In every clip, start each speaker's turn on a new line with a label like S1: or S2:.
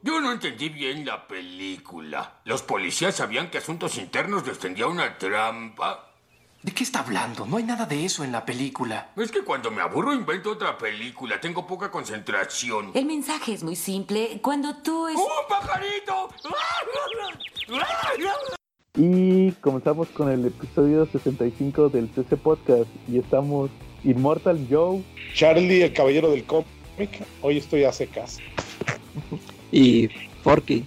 S1: Yo no entendí bien la película. ¿Los policías sabían que Asuntos Internos les tendía una trampa?
S2: ¿De qué está hablando? No hay nada de eso en la película.
S1: Es que cuando me aburro invento otra película. Tengo poca concentración.
S3: El mensaje es muy simple. Cuando tú es...
S1: ¡Un pajarito!
S4: Y comenzamos con el episodio 65 del CC Podcast. Y estamos Immortal Joe,
S5: Charlie, el caballero del cómic. Hoy estoy a secas.
S6: Y Forky.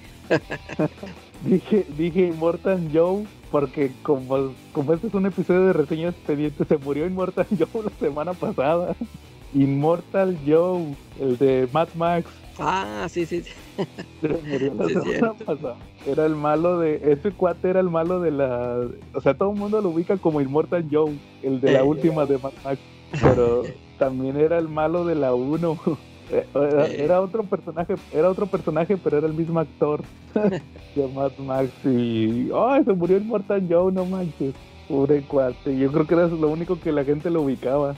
S4: dije Immortal Joe porque como este es un episodio de reseña expediente, se murió Immortal Joe la semana pasada. Immortal Joe, el de Mad Max.
S6: Ah, sí.
S4: Se murió la
S6: Sí,
S4: semana pasada. Era el malo ese cuate era el malo de la... O sea, todo el mundo lo ubica como Immortal Joe, el de la última de Mad Max. Pero también era el malo de la 1. Era otro personaje, pero era el mismo actor de Mad Max. Y se murió Immortal Joe, no manches, pobre cuate. Yo creo que era lo único que la gente lo ubicaba.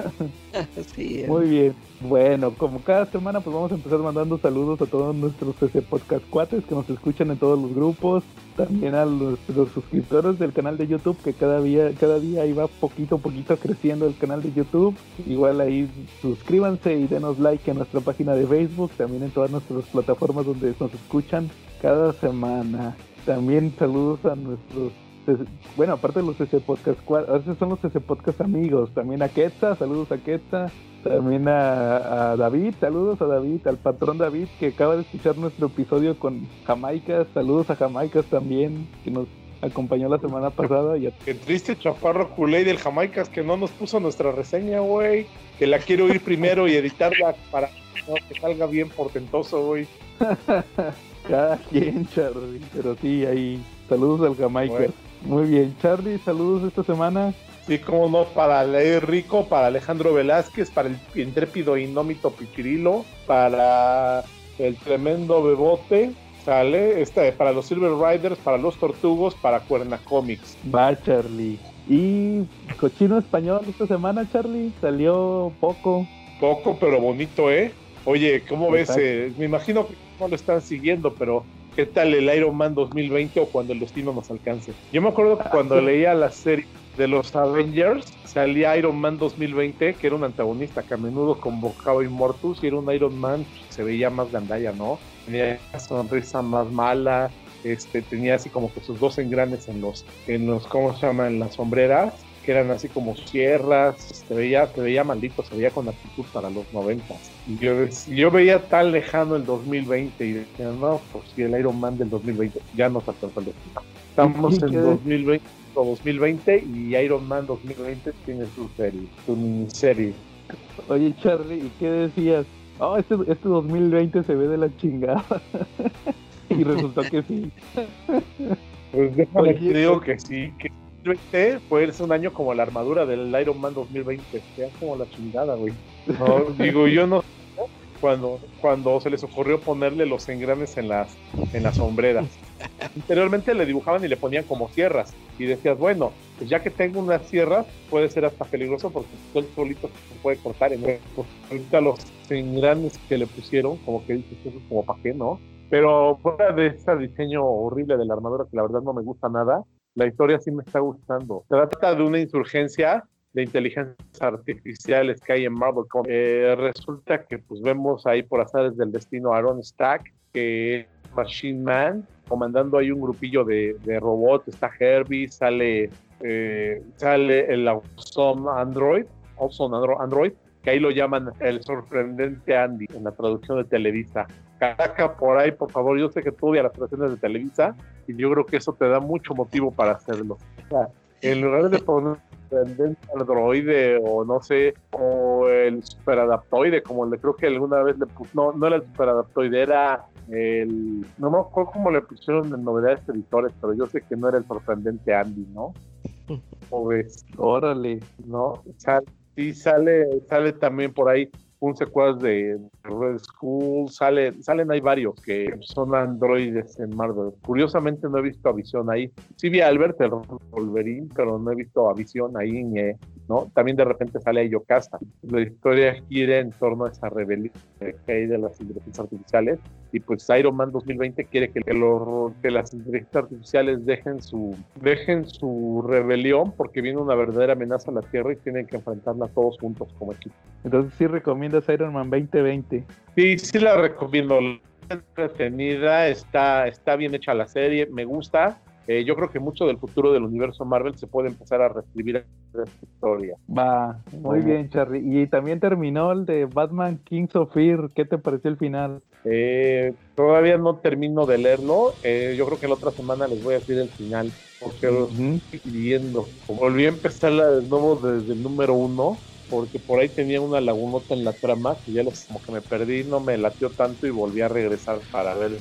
S6: Sí,
S4: Muy bien. Bueno, como cada semana, pues vamos a empezar mandando saludos a todos nuestros CC Podcast cuates que nos escuchan en todos los grupos. También a los suscriptores del canal de YouTube, que cada día ahí va poquito a poquito creciendo el canal de YouTube. Igual ahí suscríbanse y denos like a nuestra página de Facebook, también en todas nuestras plataformas donde nos escuchan cada semana. También saludos a nuestros... Bueno, aparte de los CC Podcast, a veces son los CC Podcast amigos. También a Quetza, saludos a Quetza. También a David, saludos a David, al patrón David, que acaba de escuchar nuestro episodio con Jamaicas. Saludos a Jamaicas también, que nos acompañó la semana pasada.
S5: Qué triste chaparro culé del Jamaicas que no nos puso nuestra reseña, güey. Que la quiero oír primero y editarla para que salga bien portentoso, güey.
S4: Cada quien, Charlie, pero sí, ahí. Saludos al Jamaica.
S5: Bueno.
S4: Muy bien, Charlie, saludos esta semana.
S5: Sí, como no, para Leir Rico, para Alejandro Velázquez, para el intrépido e indómito Pichirilo, para el tremendo Bebote, sale, para los Silver Riders, para los Tortugos, para Cuerna Comics.
S4: Va, Charlie. Y Cochino Español esta semana, Charlie, salió poco,
S5: pero bonito, ¿eh? Oye, ¿cómo
S4: Exacto.
S5: ves? Me imagino que no lo están siguiendo, pero ¿qué tal el Iron Man 2020 o cuando el destino nos alcance? Yo me acuerdo que cuando leía la serie de los Avengers, salía Iron Man 2020, que era un antagonista que a menudo convocaba a Immortus, y era un Iron Man que se veía más gandalla, ¿no? Tenía una sonrisa más mala, tenía así como que sus dos engranes en los ¿cómo se llama? En las sombreras, que eran así como sierras, se veía maldito, se veía con actitud para los 90. Y yo veía tan lejano el 2020 y decía, no, pues si el Iron Man del 2020 ya nos alcanzó el destino. Estamos en 2020 y Iron Man 2020 tiene su miniserie.
S4: Oye, Charlie, ¿y qué decías? Este 2020 se ve de la chingada. Y resultó que sí.
S5: Pues déjame te digo que sí, que 2020 puede ser un año como la armadura del Iron Man 2020, sea como la chingada, güey. No, digo, yo no sé cuando se les ocurrió ponerle los engranes en las sombreras. Anteriormente le dibujaban y le ponían como sierras, y decías, bueno, pues ya que tengo unas sierras, puede ser hasta peligroso porque él solito se puede cortar. Pues ahorita los engranes que le pusieron, como que dices, eso es como para qué, ¿no? Pero fuera de ese diseño horrible de la armadura, que la verdad no me gusta nada, la historia sí me está gustando. Se trata de una insurgencia de inteligencias artificiales que hay en Marvel Comics. Resulta que pues vemos ahí por azares del destino a Aaron Stack, que es Machine Man, comandando ahí un grupillo de robots. Está Herbie, sale el Awesome Android, que ahí lo llaman el sorprendente Andy en la traducción de Televisa. Caraca, por ahí, por favor, yo sé que tú odias las traducciones de Televisa y yo creo que eso te da mucho motivo para hacerlo. O sea, en lugar de poner sorprendente androide o no sé, o el superadaptoide, como le creo que alguna vez le puso, no era el superadaptoide, era no me acuerdo cómo le pusieron en novedades editores, pero yo sé que no era el sorprendente Andy, ¿no? ¿O ves?
S4: Órale.
S5: ¿No? Sí, sale también por ahí un secuaz de Red Skull, salen ahí varios que son androides en Marvel. Curiosamente no he visto a Visión ahí. Sí vi a Albert el Wolverine, pero no he visto a Visión ahí ¿no? También de repente sale a Yocasta. La historia gira en torno a esa rebelión que hay de las inteligencias artificiales, y pues Iron Man 2020 quiere que las inteligencias artificiales dejen su rebelión, porque viene una verdadera amenaza a la Tierra y tienen que enfrentarla todos juntos como equipo.
S4: Entonces sí recomiendas Iron Man 2020.
S5: Sí la recomiendo. Entretenida, está bien hecha la serie, me gusta. Yo creo que mucho del futuro del universo Marvel se puede empezar a reescribir en esta historia.
S4: Va, muy bien, Charlie. Y también terminó el de Batman Kings of Fear. ¿Qué te pareció el final?
S5: Todavía no termino de leerlo. Yo creo que la otra semana les voy a decir el final, porque lo estoy viendo. Volví a empezarla de nuevo desde el número 1, porque por ahí tenía una lagunota en la trama que ya como que me perdí, no me latió tanto y volví a regresar para ver,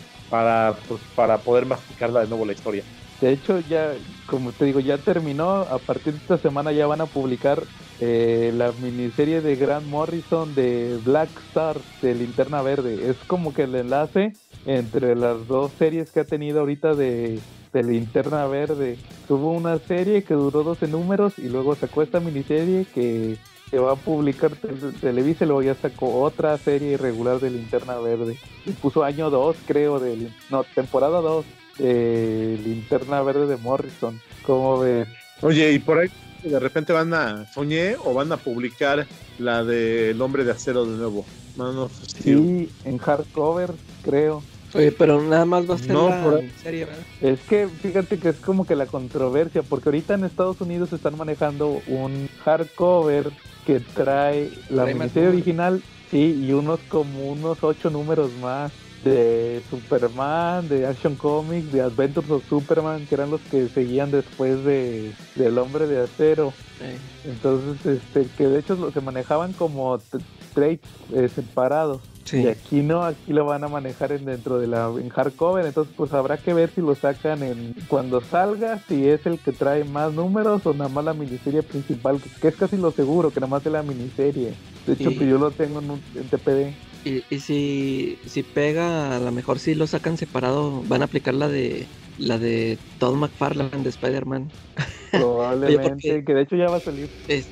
S5: para poder masticarla de nuevo la historia.
S4: De hecho, ya, como te digo, ya terminó. A partir de esta semana ya van a publicar la miniserie de Grant Morrison de Black Star, de Linterna Verde. Es como que el enlace entre las dos series que ha tenido ahorita de Linterna Verde. Tuvo una serie que duró 12 números y luego sacó esta miniserie que se va a publicar Televisa, y luego ya sacó otra serie regular de Linterna Verde. Y puso año 2, creo, temporada 2 de Linterna Verde de Morrison. ¿Cómo ves?
S5: Oye, y por ahí de repente van a publicar la de El Hombre de Acero de nuevo.
S4: Sí, en hardcover, creo.
S6: Oye, pero nada más va a ser la serie, ¿verdad?
S4: Es que fíjate que es como que la controversia, porque ahorita en Estados Unidos están manejando un hardcover que trae la miniserie original, sí, y unos 8 números más de Superman, de Action Comics, de Adventures of Superman, que eran los que seguían después del Hombre de Acero. Sí. Entonces, que de hecho se manejaban como trades separados. Sí. Y aquí no, aquí lo van a manejar dentro en hardcover. Entonces pues habrá que ver si lo sacan cuando salga, si es el que trae más números o nada más la miniserie principal, que es casi lo seguro, que nada más es la miniserie. De hecho, pues yo lo tengo en TPD.
S6: Y si pega, a lo mejor si lo sacan separado, van a aplicar la de Todd McFarlane de Spider-Man.
S4: Probablemente. Porque, que de hecho ya va a salir.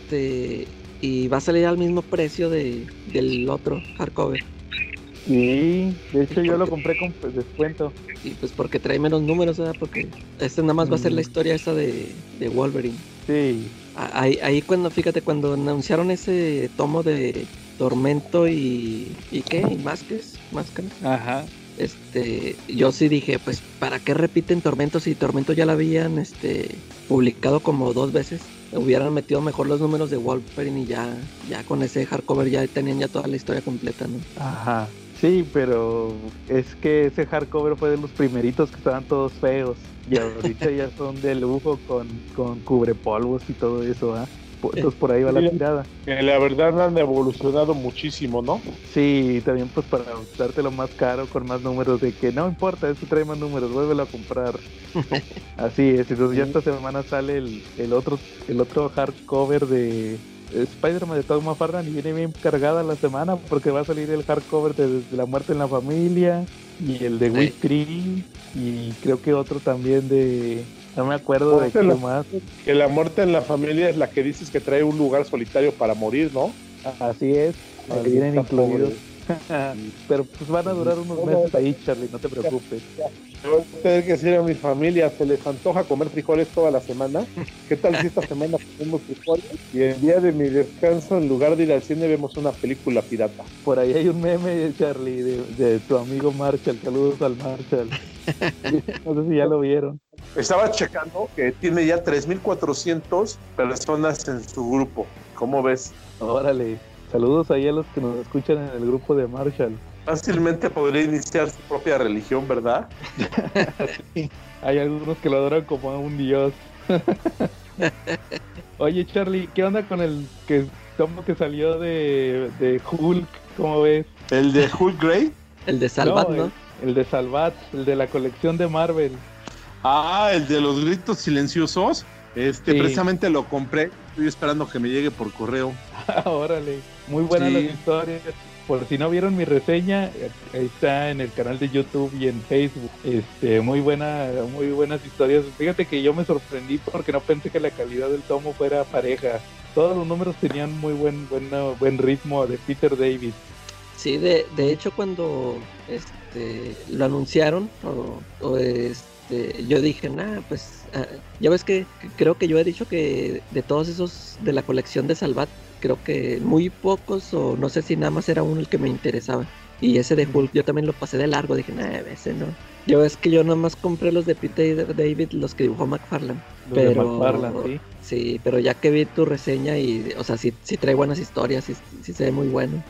S6: Y va a salir al mismo precio del otro hardcover.
S4: Sí, de hecho yo lo compré con descuento.
S6: Y pues porque trae menos números, ¿verdad? Porque nada más va a ser la historia esa de Wolverine.
S4: Sí.
S6: Ahí cuando anunciaron ese tomo de Tormento y ¿qué? ¿Y máscaras?
S4: Ajá.
S6: Yo sí dije, pues ¿para qué repiten Tormento si Tormento ya la habían publicado como 2 veces? Hubieran metido mejor los números de Wolverine y ya con ese hardcover ya tenían ya toda la historia completa, ¿no?
S4: Ajá. Sí, pero es que ese hardcover fue de los primeritos que estaban todos feos. Y ahorita ya son de lujo con cubrepolvos y todo eso, ¿ah? Entonces por ahí va la tirada.
S5: Que la verdad han evolucionado muchísimo, ¿no?
S4: Sí, también pues para dártelo más caro, con más números, de que no importa, esto trae más números, vuélvelo a comprar. Así es. Entonces ya esta semana sale el otro hardcover de Spider-Man de Todd McFarlane, y viene bien cargada la semana porque va a salir el hardcover de La Muerte en la Familia y el de Witch Tree, y creo que otro también no me acuerdo de qué más.
S5: Que La Muerte en la Familia es la que dices que trae un lugar solitario para morir, ¿no?
S4: Así es, que vienen incluidos. Pero pues van a durar unos meses ahí, Charlie, no te preocupes.
S5: Voy a tener que decir a mi familia, ¿se les antoja comer frijoles toda la semana? ¿Qué tal si esta semana comemos frijoles? Y el día de mi descanso, en lugar de ir al cine, vemos una película pirata.
S4: Por ahí hay un meme, Charlie, de tu amigo Marshall. Saludos al Marshall. No sé si ya lo vieron.
S5: Estaba checando que tiene ya 3,400 personas en su grupo. ¿Cómo ves?
S4: Órale. Saludos ahí a los que nos escuchan en el grupo de Marshall.
S5: Fácilmente podría iniciar su propia religión, ¿verdad?
S4: Sí. Hay algunos que lo adoran como a un dios. Oye, Charlie, ¿qué onda con el tomo que salió de Hulk? ¿Cómo ves?
S5: ¿El de Hulk Grey?
S6: El de Salvat, ¿no?
S4: El de Salvat, el de la colección de Marvel.
S5: Ah, el de los gritos silenciosos. Sí. Precisamente lo compré. Estoy esperando que me llegue por correo.
S4: Órale, muy buenas las historias. por si no vieron mi reseña, ahí está en el canal de YouTube y en Facebook. Muy buenas historias. Fíjate que yo me sorprendí porque no pensé que la calidad del tomo fuera pareja. Todos los números tenían muy buen ritmo de Peter David.
S6: Sí, de hecho cuando lo anunciaron yo dije, pues ya ves que creo que yo he dicho que de todos esos de la colección de Salvat, creo que muy pocos, o no sé si nada más era uno el que me interesaba. Y ese de Hulk yo también lo pasé de largo, dije, ese no. Yo es que yo nomás compré los de Peter David, los que dibujó McFarlane.
S4: De McFarlane, sí.
S6: Sí, pero ya que vi tu reseña y, o sea, sí trae buenas historias, sí se ve muy bueno.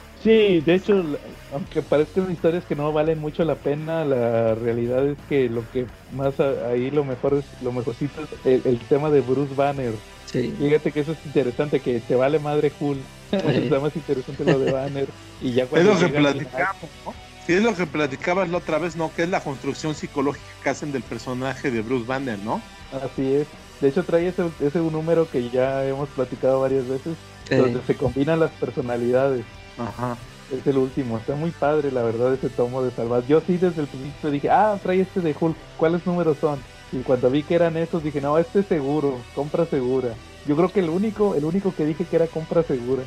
S4: Sí, de hecho, aunque parezcan historias que no valen mucho la pena, la realidad es que lo que más ahí lo mejorcito es el tema de Bruce Banner.
S6: Sí.
S4: Fíjate que eso es interesante, que te vale madre Hulk. Está más interesante lo de Banner. Y ya
S5: es lo que platicamos, ¿no? Sí, es lo que platicabas la otra vez, ¿no? Que es la construcción psicológica que hacen del personaje de Bruce Banner, ¿no?
S4: Así es. De hecho trae ese número que ya hemos platicado varias veces, donde se combinan las personalidades.
S5: Ajá.
S4: Es el último, está muy padre la verdad ese tomo de Salvat. Yo sí desde el principio dije, trae este de Hulk, ¿cuáles números son? Y cuando vi que eran esos dije, no, este es seguro, compra segura. Yo creo que el único que dije que era compra segura.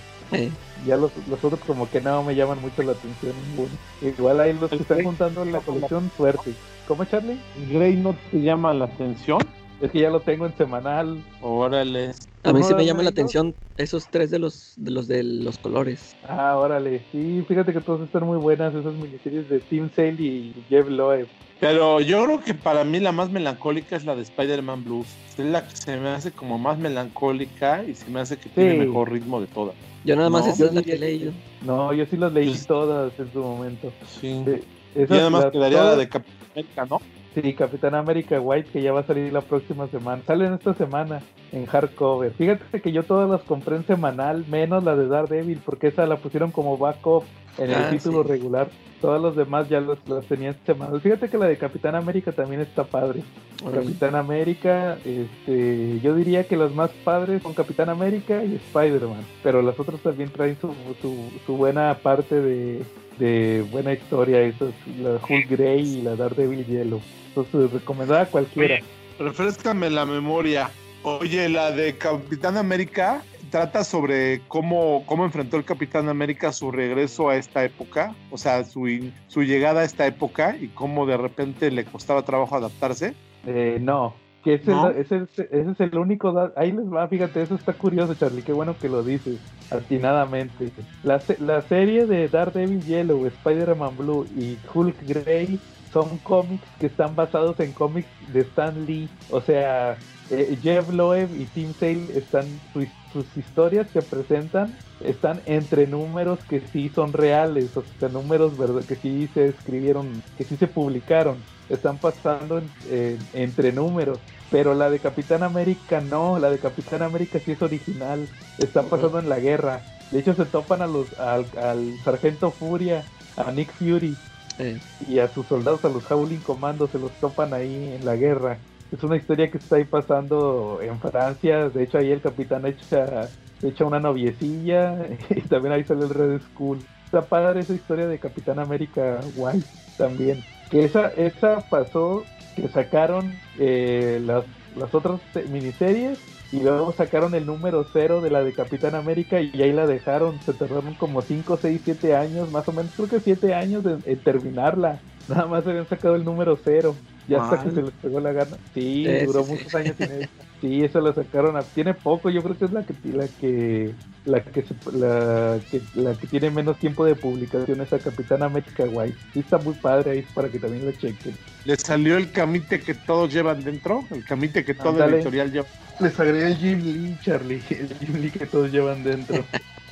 S4: Ya los otros como que no me llaman mucho la atención ninguno. Igual hay los que están juntando en la colección, suerte. ¿Cómo, Charlie?
S5: ¿Grey no te llama la atención?
S4: Es que ya lo tengo en semanal.
S5: Órale.
S6: A mí sí me llama la atención esos tres de los colores.
S4: Órale. Sí, fíjate que todas están muy buenas esas miniseries de Tim Sale y Jeff Loeb.
S5: Pero yo creo que para mí la más melancólica es la de Spider-Man Blues. Es la que se me hace como más melancólica y se me hace que tiene mejor ritmo de todas.
S6: Yo nada más esa es la que he leído.
S4: No, yo sí las leí todas en su momento.
S5: Sí. Y además quedaría la de Capitán América, ¿no?
S4: Sí, Capitán América White, que ya va a salir la próxima semana. Salen esta semana en hardcover. Fíjate que yo todas las compré en semanal, menos la de Daredevil, porque esa la pusieron como backup en el título regular. Todos los demás ya las tenían semanal. Fíjate que la de Capitán América también está padre. Capitán América, yo diría que las más padres son Capitán América y Spider-Man, pero las otras también traen su buena parte de buena historia. Eso es la Hulk Grey y la Daredevil Yellow. Entonces, recomendada a cualquiera.
S5: Oye, refréscame la memoria. Oye, la de Capitán América trata sobre cómo enfrentó el Capitán América su regreso a esta época, o sea, su llegada a esta época y cómo de repente le costaba trabajo adaptarse.
S4: No, que ese es el único. Ahí les va, fíjate, eso está curioso, Charlie, qué bueno que lo dices, atinadamente. La serie de Daredevil Yellow, Spider-Man Blue y Hulk Grey son cómics que están basados en cómics de Stan Lee, o sea, Jeff Loeb y Tim Sale sus historias que presentan están entre números que sí son reales, o sea, números que sí se escribieron, que sí se publicaron, están pasando entre números, pero la de Capitán América no, la de Capitán América sí es original, está pasando en la guerra. De hecho se topan al Sargento Furia, a Nick Fury y a sus soldados, a los Howling Commando, se los topan ahí en la guerra. Es una historia que está ahí pasando en Francia. De hecho ahí el capitán echa una noviecilla y también ahí sale el Red Skull. Está padre esa historia de Capitán América White también. Que esa pasó, que sacaron las otras miniseries y luego sacaron el número 0 de la de Capitán América y ahí la dejaron. Se tardaron como 5, 6, 7 años, más o menos, creo que 7 años en terminarla. Nada más habían sacado el número 0. Ya hasta que se les pegó la gana. Sí, duró muchos años sin eso. Sí, eso lo sacaron. Tiene poco, yo creo que es la que tiene menos tiempo de publicación, esa Capitán América White. Sí, está muy padre ahí para que también lo chequen.
S5: ¿Le salió el camite que todos llevan dentro? El camite que todo el editorial lleva.
S4: Les agregué el Jim Lee, Charlie. El Jim Lee que todos llevan dentro.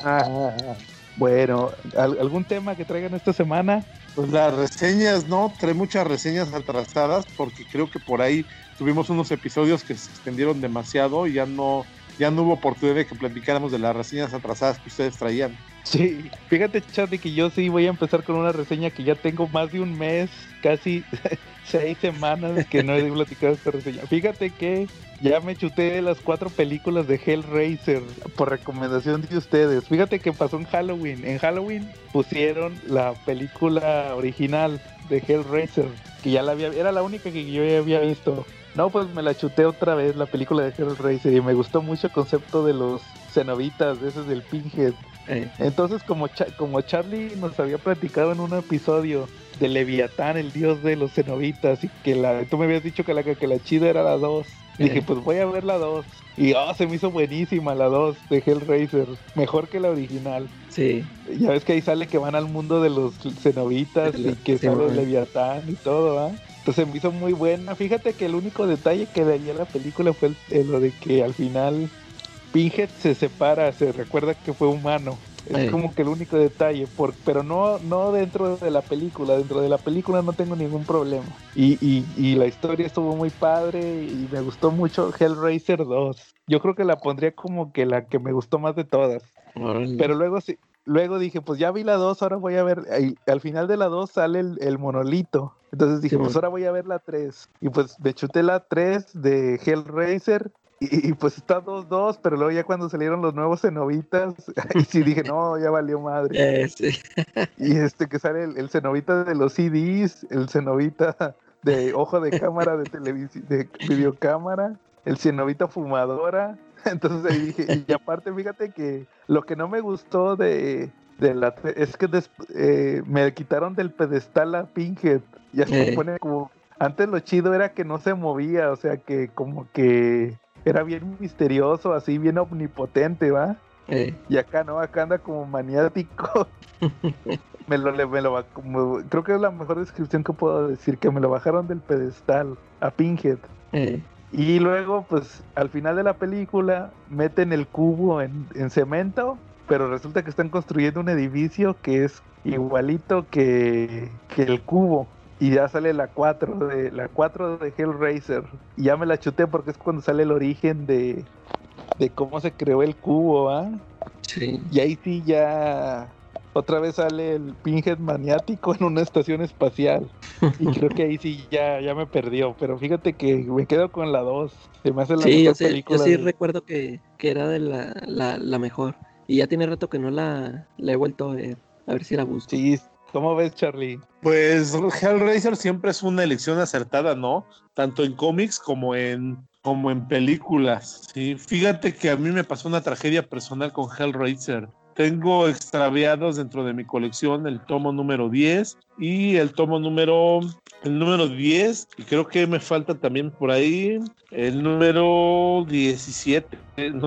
S4: Bueno, ¿algún tema que traigan esta semana?
S5: Pues las reseñas, ¿no? Trae muchas reseñas atrasadas porque creo que por ahí tuvimos unos episodios que se extendieron demasiado y ya no hubo oportunidad de que platicáramos de las reseñas atrasadas que ustedes traían.
S4: Sí, fíjate, Charlie, que yo sí voy a empezar con una reseña que ya tengo más de un mes casi 6 semanas que no he platicado esta reseña. Fíjate que ya me chuté las 4 películas de Hellraiser por recomendación de ustedes. Fíjate que pasó en Halloween. En Halloween pusieron la película original de Hellraiser, que ya la había, era la única que yo ya había visto. No, pues me la chuté otra vez, la película de Hellraiser, y me gustó mucho el concepto de los cenobitas, de esos del Pinhead. Entonces, como Charlie nos había platicado en un episodio de Leviatán, el dios de los cenobitas, y que tú me habías dicho que la chida era la 2. Dije, pues voy a ver la 2. Y se me hizo buenísima la 2 de Hellraiser, mejor que la original.
S6: Sí.
S4: Ya ves que ahí sale que van al mundo de los cenobitas y que sale el Leviatán y todo, ¿ah? Entonces me hizo muy buena. Fíjate que el único detalle que daría la película fue lo de que al final Pinhead se separa, se recuerda que fue humano. Es como que el único detalle, pero no dentro de la película. Dentro de la película no tengo ningún problema. Y la historia estuvo muy padre y me gustó mucho Hellraiser 2. Yo creo que la pondría como que la que me gustó más de todas. Pero luego dije, pues ya vi la 2, ahora voy a ver. Al final de la 2 sale el monolito. Entonces dije, pues ahora voy a ver la 3. Y pues me chuté la 3 de Hellraiser. Y pues está 2-2, pero luego ya cuando salieron los nuevos cenobitas, ahí sí dije, no, ya valió madre.
S6: Sí.
S4: Y que sale el cenobita de los CDs, el cenobita de ojo de cámara de televisión, de videocámara, el cenobita fumadora. Entonces ahí dije, y aparte fíjate que lo que no me gustó de es que me quitaron del pedestal a Pinhead. Ya se pone como, antes lo chido era que no se movía, o sea que como que era bien misterioso, así bien omnipotente, ¿va? Y acá no, acá anda como maniático. Creo que es la mejor descripción que puedo decir, que me lo bajaron del pedestal a Pinhead. Y luego, pues, al final de la película, meten el cubo en cemento, pero resulta que están construyendo un edificio que es igualito que el cubo. Y ya sale la 4 de Hellraiser. Y ya me la chuté porque es cuando sale el origen de cómo se creó el cubo, ¿ah?
S6: Sí.
S4: Y ahí sí ya otra vez sale el Pinhead maniático en una estación espacial. Y creo que ahí sí ya me perdió. Pero fíjate que me quedo con la 2. Se me hace la mejor película.
S6: Yo sí recuerdo que era de la mejor. Y ya tiene rato que no la he vuelto a ver. A ver si la busco.
S4: Sí. ¿Cómo ves, Charlie?
S5: Pues Hellraiser siempre es una elección acertada, ¿no? Tanto en cómics como en películas, ¿sí? Fíjate que a mí me pasó una tragedia personal con Hellraiser. Tengo extraviados dentro de mi colección el tomo número 10 y el número 10, y creo que me falta también por ahí el número 17.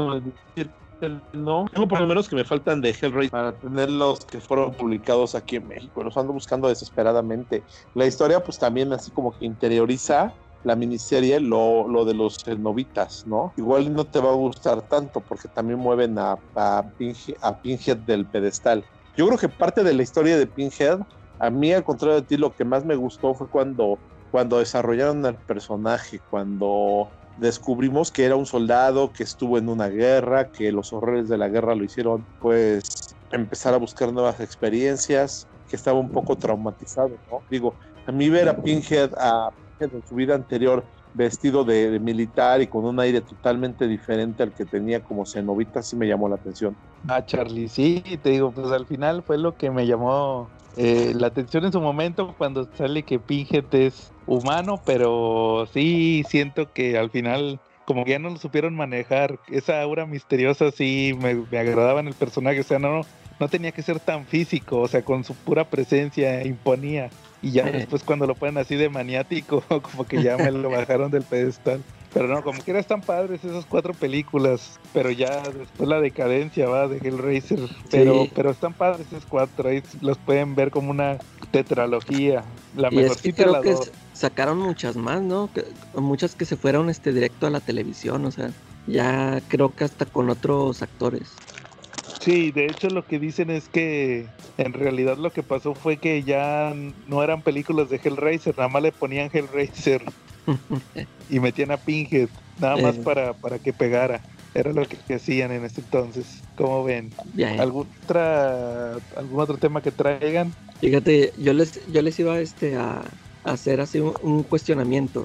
S5: No, tengo por lo menos que me faltan de Hellraiser para tener los que fueron publicados aquí en México. Los ando buscando desesperadamente. La historia pues también así como que interioriza la miniserie lo de los cenobitas, ¿no? Igual no te va a gustar tanto porque también mueven a Pinhead del pedestal. Yo creo que parte de la historia de Pinhead, a mí al contrario de ti, lo que más me gustó fue cuando desarrollaron al personaje, cuando descubrimos que era un soldado que estuvo en una guerra, que los horrores de la guerra lo hicieron pues empezar a buscar nuevas experiencias, que estaba un poco traumatizado, ¿no? Digo, a mí ver a Pinhead en su vida anterior vestido de militar y con un aire totalmente diferente al que tenía como cenobita sí me llamó la atención.
S4: Charlie, sí, te digo, pues al final fue lo que me llamó la atención en su momento cuando sale que Pinhead es humano, pero sí siento que al final como que ya no lo supieron manejar. Esa aura misteriosa sí me agradaba en el personaje, o sea, no tenía que ser tan físico, o sea, con su pura presencia imponía. Y ya después cuando lo ponen así de maniático, como que ya me lo bajaron del pedestal. Pero no, como quiera están padres esas 4 películas, pero ya después la decadencia va de Hellraiser. Pero están padres esas 4, ahí los pueden ver como una tetralogía. La mejorcita
S6: creo
S4: la
S6: que
S4: 2.
S6: Sacaron muchas más, ¿no? Muchas que se fueron directo a la televisión, o sea, ya creo que hasta con otros actores.
S4: Sí, de hecho lo que dicen es que en realidad lo que pasó fue que ya no eran películas de Hellraiser, nada más le ponían Hellraiser y metían a Pinhead, nada más para que pegara. Era lo que hacían en ese entonces. ¿Cómo ven?
S6: Bien.
S4: ¿Algún otro tema que traigan?
S6: Fíjate, yo les iba hacer así un cuestionamiento.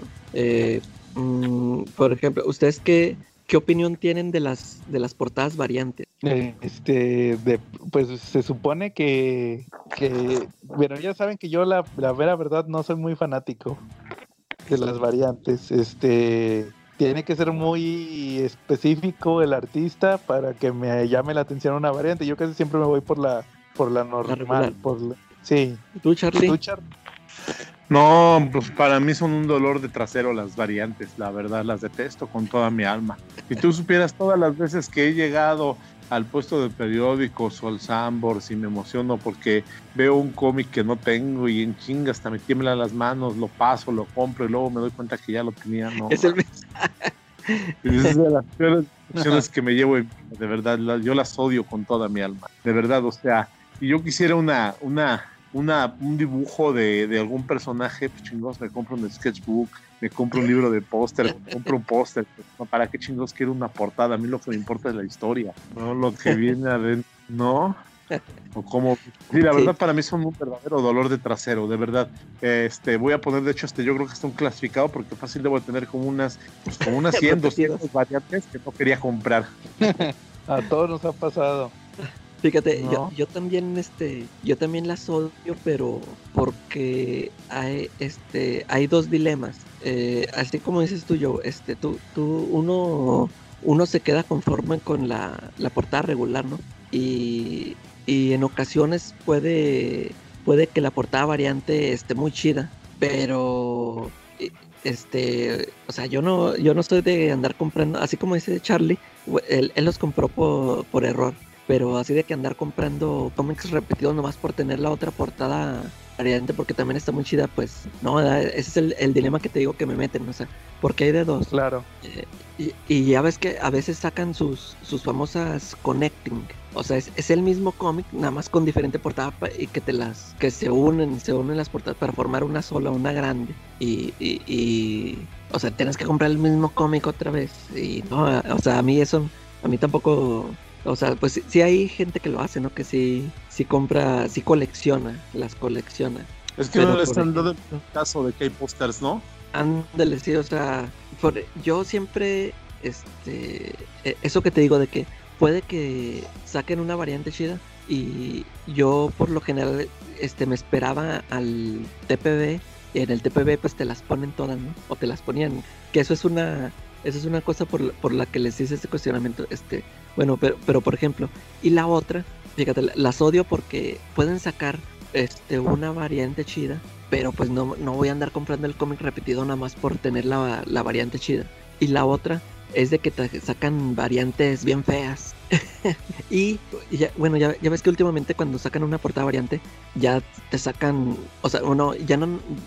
S6: Por ejemplo, ¿ustedes qué opinión tienen de las portadas variantes?
S4: Pues se supone que bueno, ya saben que yo la vera verdad no soy muy fanático de las variantes. Tiene que ser muy específico el artista para que me llame la atención una variante. Yo casi siempre me voy por la normal, sí.
S6: ¿Tú, Charlie?
S5: No, pues para mí son un dolor de trasero las variantes, la verdad, las detesto con toda mi alma. Si tú supieras todas las veces que he llegado al puesto de periódicos o al Sambors y me emociono porque veo un cómic que no tengo y en chinga hasta me tiemblan las manos, lo paso, lo compro y luego me doy cuenta que ya lo tenía, no.
S6: Es el
S5: Es de las peores emociones que me llevo, de verdad, yo las odio con toda mi alma, de verdad, o sea, si yo quisiera un dibujo de algún personaje, pues chingos, me compro un sketchbook, me compro un libro de póster, me compro un póster. ¿Para qué chingos quiero una portada? A mí lo que me importa es la historia, no lo que viene adentro, ¿no? O como, sí, la verdad para mí son un verdadero dolor de trasero, de verdad. Voy a poner, de hecho, yo creo que está un clasificado porque fácil debo tener como unas 100, 200 variantes que no quería comprar.
S4: A todos nos ha pasado.
S6: Fíjate,
S4: ¿no?
S6: yo también las odio, pero porque hay dos dilemas. Así como dices tú, uno se queda conforme con la portada regular, ¿no? Y en ocasiones puede que la portada variante esté muy chida, pero o sea, yo no soy de andar comprando, así como dice Charlie, él los compró por error. Pero así de que andar comprando cómics repetidos nomás por tener la otra portada variante porque también está muy chida, pues no, ese es el dilema que te digo que me meten, o sea, porque hay de dos.
S4: Claro.
S6: Y ya ves que a veces sacan sus famosas connecting, o sea, es el mismo cómic, nada más con diferente portada y que se unen las portadas para formar una sola, una grande. Y o sea, tienes que comprar el mismo cómic otra vez. Y no, o sea, a mí tampoco. O sea, pues sí hay gente que lo hace, ¿no? Que sí compra, sí las colecciona.
S5: Es que no le están dando el caso de que hay pósters, ¿no?
S6: Ándale, sí, o sea, yo siempre, eso que te digo de que puede que saquen una variante chida y yo por lo general, me esperaba al TPB y en el TPB pues te las ponen todas, ¿no? O te las ponían, que eso es una cosa por la que les hice este cuestionamiento, bueno, pero por ejemplo, y la otra, fíjate, las odio porque pueden sacar una variante chida, pero pues no voy a andar comprando el cómic repetido nada más por tener la variante chida. Y la otra es de que te sacan variantes bien feas. Y ya, bueno, ya ves que últimamente cuando sacan una portada variante, ya te sacan, o sea, ya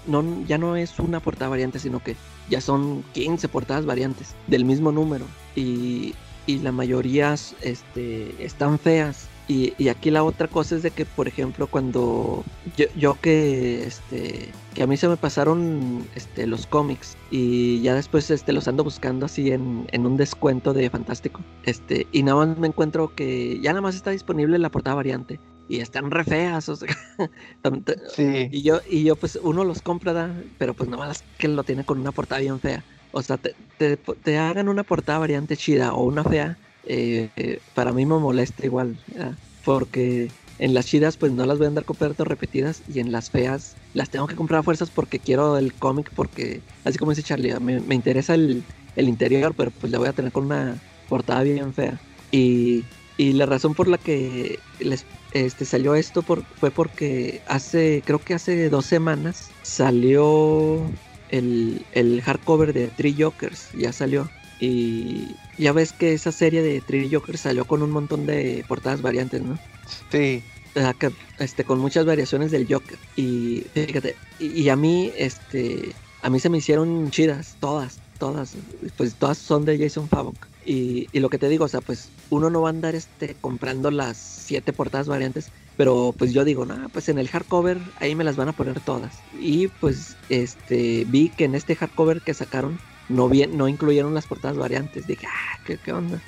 S6: no es una portada variante, sino que ya son 15 portadas variantes del mismo número. Y la mayoría están feas. Y aquí la otra cosa es de que, por ejemplo, cuando yo que a mí se me pasaron los cómics y ya después los ando buscando así en un descuento de Fantástico, y nada más me encuentro que ya nada más está disponible la portada variante y están re feas, o sea,
S4: sí.
S6: y yo pues uno los compra, pero pues nada más que lo tiene con una portada bien fea. O sea, te hagan una portada variante chida o una fea, para mí me molesta igual, ¿verdad? Porque en las chidas pues no las voy a andar comprando repetidas y en las feas las tengo que comprar a fuerzas porque quiero el cómic, porque así como dice Charlie, me interesa el interior, pero pues la voy a tener con una portada bien fea. Y la razón por la que salió esto fue porque creo que hace 2 semanas salió el hardcover de Three Jokers, ya salió. Y ya ves que esa serie de Three Jokers salió con un montón de portadas variantes, ¿no?
S4: Sí.
S6: O sea, que, con muchas variaciones del Joker. Y fíjate, y a mí se me hicieron chidas, todas. Pues todas son de Jason Fabok. Y lo que te digo, o sea, pues uno no va a andar comprando las 7 portadas variantes, pero pues yo digo, pues en el hardcover ahí me las van a poner todas. Y pues vi que en este hardcover que sacaron no incluyeron las portadas variantes. Dije, ¿qué onda?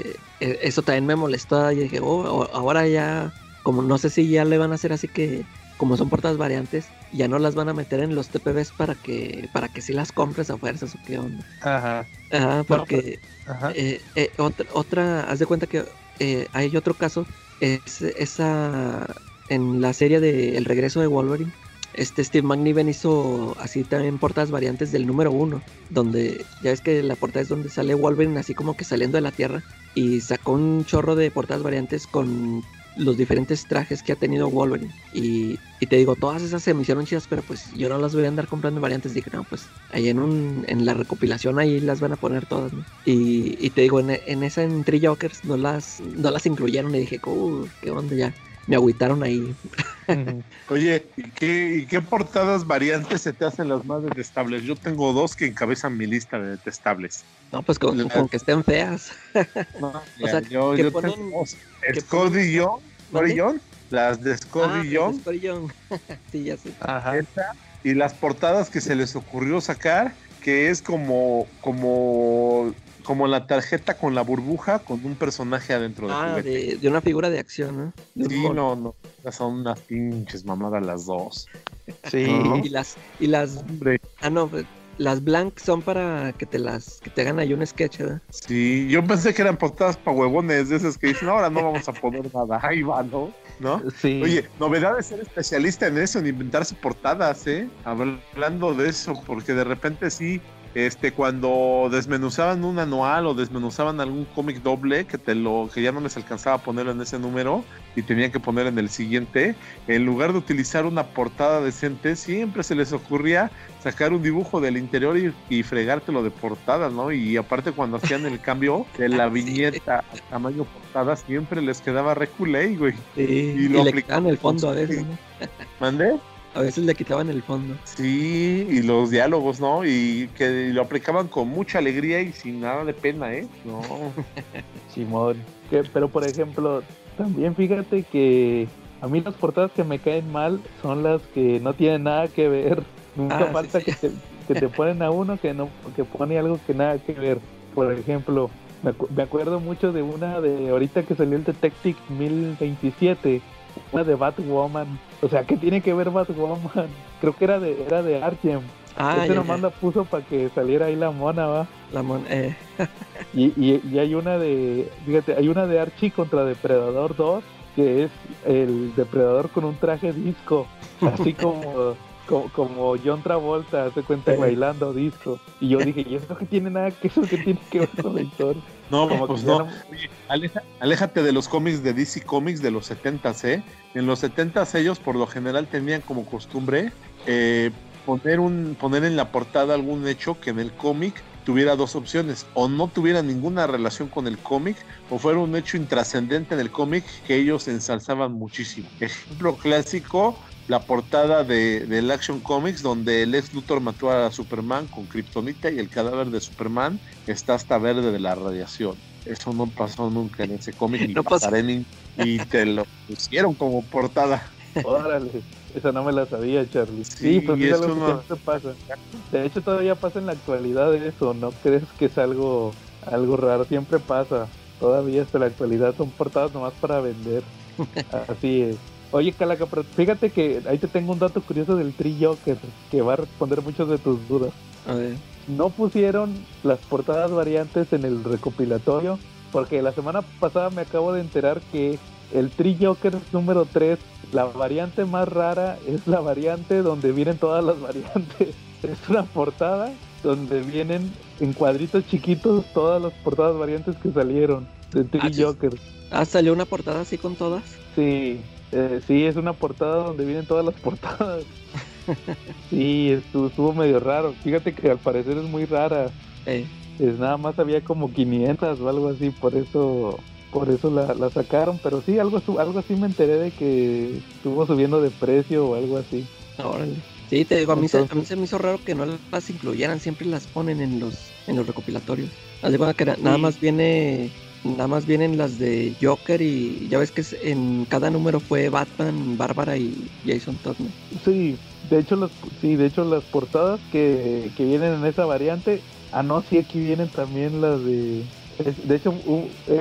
S6: Eso también me molestó. Y dije, ahora ya, como no sé si ya le van a hacer así que como son portadas variantes, ya no las van a meter en los TPBs para que sí las compres a fuerzas o qué onda.
S5: Ajá.
S6: Ajá, porque
S5: Ajá.
S6: otra, haz de cuenta que hay otro caso, es esa en la serie de El regreso de Wolverine. Steve McNiven hizo así también portadas variantes del número 1, donde ya ves que la portada es donde sale Wolverine así como que saliendo de la Tierra, y sacó un chorro de portadas variantes con los diferentes trajes que ha tenido Wolverine. Y te digo, todas esas se me hicieron chidas, pero pues yo no las voy a andar comprando en variantes. Dije, no, pues ahí en la recopilación ahí las van a poner todas, ¿no? Y te digo, en esa en Three Jokers no las incluyeron y dije, qué onda, ya me agüitaron ahí.
S5: Oye, ¿y qué portadas variantes se te hacen las más detestables? Yo tengo 2 que encabezan mi lista de detestables.
S6: No, pues con que estén feas.
S5: No,
S6: O sea,
S5: yo
S6: que
S5: tengo
S6: ponen-
S5: 2.
S6: que
S5: Scott
S6: ponen-
S5: y Young,
S6: ¿Mande?
S5: Young, las de Scott y Young,
S6: Scott y Young. Sí, ya sé.
S4: Ajá.
S5: esa, y las portadas que se les ocurrió sacar, que es como la tarjeta con la burbuja con un personaje adentro del juguete.
S6: De una figura de acción, ¿no? De un
S5: Sí,
S6: mono.
S5: no, son unas pinches mamadas las 2.
S4: Sí.
S5: ¿No?
S6: Y las
S5: Hombre,
S6: no, pues, las blank son para que te hagan ahí un sketch, ¿verdad?
S5: sí, yo pensé que eran portadas pa' huevones, de esas que dicen, ahora no vamos a poner nada, ahí va, ¿no?
S4: Sí.
S5: Oye, novedad de ser especialista en eso, en inventarse portadas, hablando de eso, porque de repente sí, cuando desmenuzaban un anual o desmenuzaban algún cómic doble que ya no les alcanzaba a ponerlo en ese número y tenían que poner en el siguiente, en lugar de utilizar una portada decente, siempre se les ocurría sacar un dibujo del interior y fregártelo de portada, ¿no? Y aparte cuando hacían el cambio de la viñeta a tamaño portada, siempre les quedaba reculé, güey.
S6: Sí,
S5: Y
S6: y
S5: lo
S6: le
S5: aplicaban
S6: quitaban el fondo a veces, ¿no?
S5: ¿Mandé?
S6: A veces le quitaban el fondo.
S5: Sí, y los diálogos, ¿no? Y que lo aplicaban con mucha alegría y sin nada de pena, ¿eh? No.
S4: Simón. Pero por ejemplo, también fíjate que a mí las portadas que me caen mal son las que no tienen nada que ver. Nunca falta
S6: sí.
S4: que te ponen a uno que pone algo que nada que ver. Por ejemplo, me acuerdo mucho de una de ahorita que salió el Detective 1027, una de Batwoman. O sea, ¿qué tiene que ver Batwoman? Creo que era de Arkham. Ese nomás la puso para que saliera ahí la mona, va. Y hay una fíjate, hay una de Archie contra Depredador 2, que es el Depredador con un traje disco, así como John Travolta, se cuenta bailando disco. Y yo dije, ¿y eso qué tiene que ver con la historia?
S5: No,
S4: Como
S5: pues
S4: que ya
S5: no. Oye, aléjate de los cómics de DC Comics de los 70s, ¿eh? En los 70s ellos por lo general tenían como costumbre poner en la portada algún hecho que en el cómic tuviera 2 opciones, o no tuviera ninguna relación con el cómic, o fuera un hecho intrascendente en el cómic que ellos ensalzaban muchísimo. Ejemplo clásico, la portada del Action Comics, donde el Lex Luthor mató a Superman con kriptonita y el cadáver de Superman está hasta verde de la radiación. Eso no pasó nunca en ese cómic, ni
S6: No
S5: pasará y te lo pusieron como portada.
S4: Órale, esa no me la sabía, Charlie.
S5: Sí,
S4: pues
S5: y
S4: es
S5: eso
S4: algo que
S5: no-
S4: siempre pasa. De hecho, todavía pasa en la actualidad eso, ¿no crees que es algo raro? Siempre pasa. Todavía hasta la actualidad son portadas nomás para vender. Así es. Oye, Calaca, pero fíjate que ahí te tengo un dato curioso del Three Jokers que va a responder muchas de tus dudas.
S6: A ver.
S4: No pusieron las portadas variantes en el recopilatorio porque la semana pasada me acabo de enterar que el Three Jokers número 3, la variante más rara es la variante donde vienen todas las variantes. Es una portada donde vienen en cuadritos chiquitos todas las portadas variantes que salieron de Three
S6: sí.
S4: Jokers.
S6: ¿Salió una portada así con todas?
S4: Sí, sí, es una portada donde vienen todas las portadas. Sí, estuvo medio raro. Fíjate que al parecer es muy rara. Nada más había como 500 o algo así, por eso la sacaron. Pero sí, algo así me enteré de que estuvo subiendo de precio o algo así.
S6: Órale. Sí, te digo, a mí
S4: Entonces-
S6: se me hizo raro que no las incluyeran, siempre las ponen en los recopilatorios. Haz de cuenta que nada más vienen las de Joker y ya ves que en cada número fue Batman, Bárbara y Jason Todd, ¿no?
S4: Sí, de hecho las portadas que vienen en esa variante, sí, aquí vienen también las de hecho es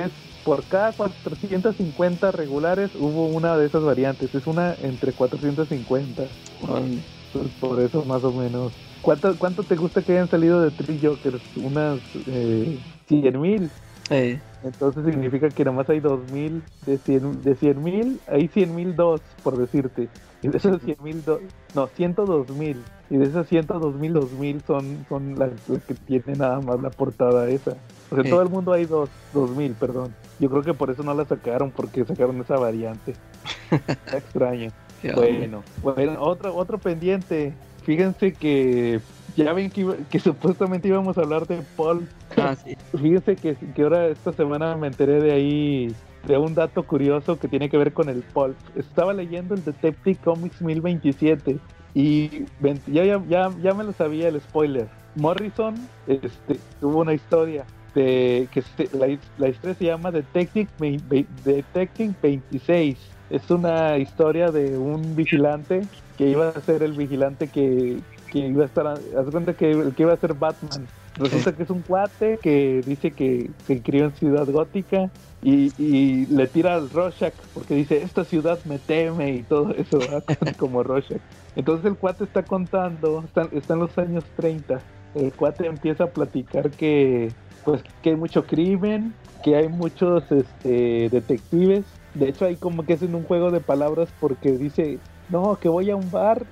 S4: por cada 450 regulares hubo una de esas variantes. Es una entre 450. Pues por eso más o menos. ¿Cuánto te gusta que hayan salido de Three Jokers? Unas 100,000. Entonces significa que nomás hay 2,000 de 100,000, hay 100,002 por decirte. Y de esos 102,000. Y de esas 102,000, 2,000 son las que tienen nada más la portada esa. O sea, todo el mundo hay 2,000, perdón. Yo creo que por eso no la sacaron, porque sacaron esa variante. Está extraño. Bueno, otro pendiente. Fíjense que ya ven que supuestamente íbamos a hablar de Pulp.
S6: Sí.
S4: Fíjense que ahora esta semana me enteré de ahí de un dato curioso que tiene que ver con el Pulp. Estaba leyendo el Detective Comics 1027 y ya me lo sabía el spoiler. Morrison tuvo una historia de que la historia se llama Detective 26. Es una historia de un vigilante que iba a ser el vigilante que iba a estar, haz cuenta que el que iba a ser Batman. Resulta que es un cuate que dice que se crió en Ciudad Gótica y le tira al Rorschach porque dice, esta ciudad me teme y todo eso, como Rorschach. Entonces el cuate está contando, está en los años 30, el cuate empieza a platicar que hay mucho crimen, que hay muchos detectives. De hecho hay como que hacen un juego de palabras porque dice, no, que voy a un bar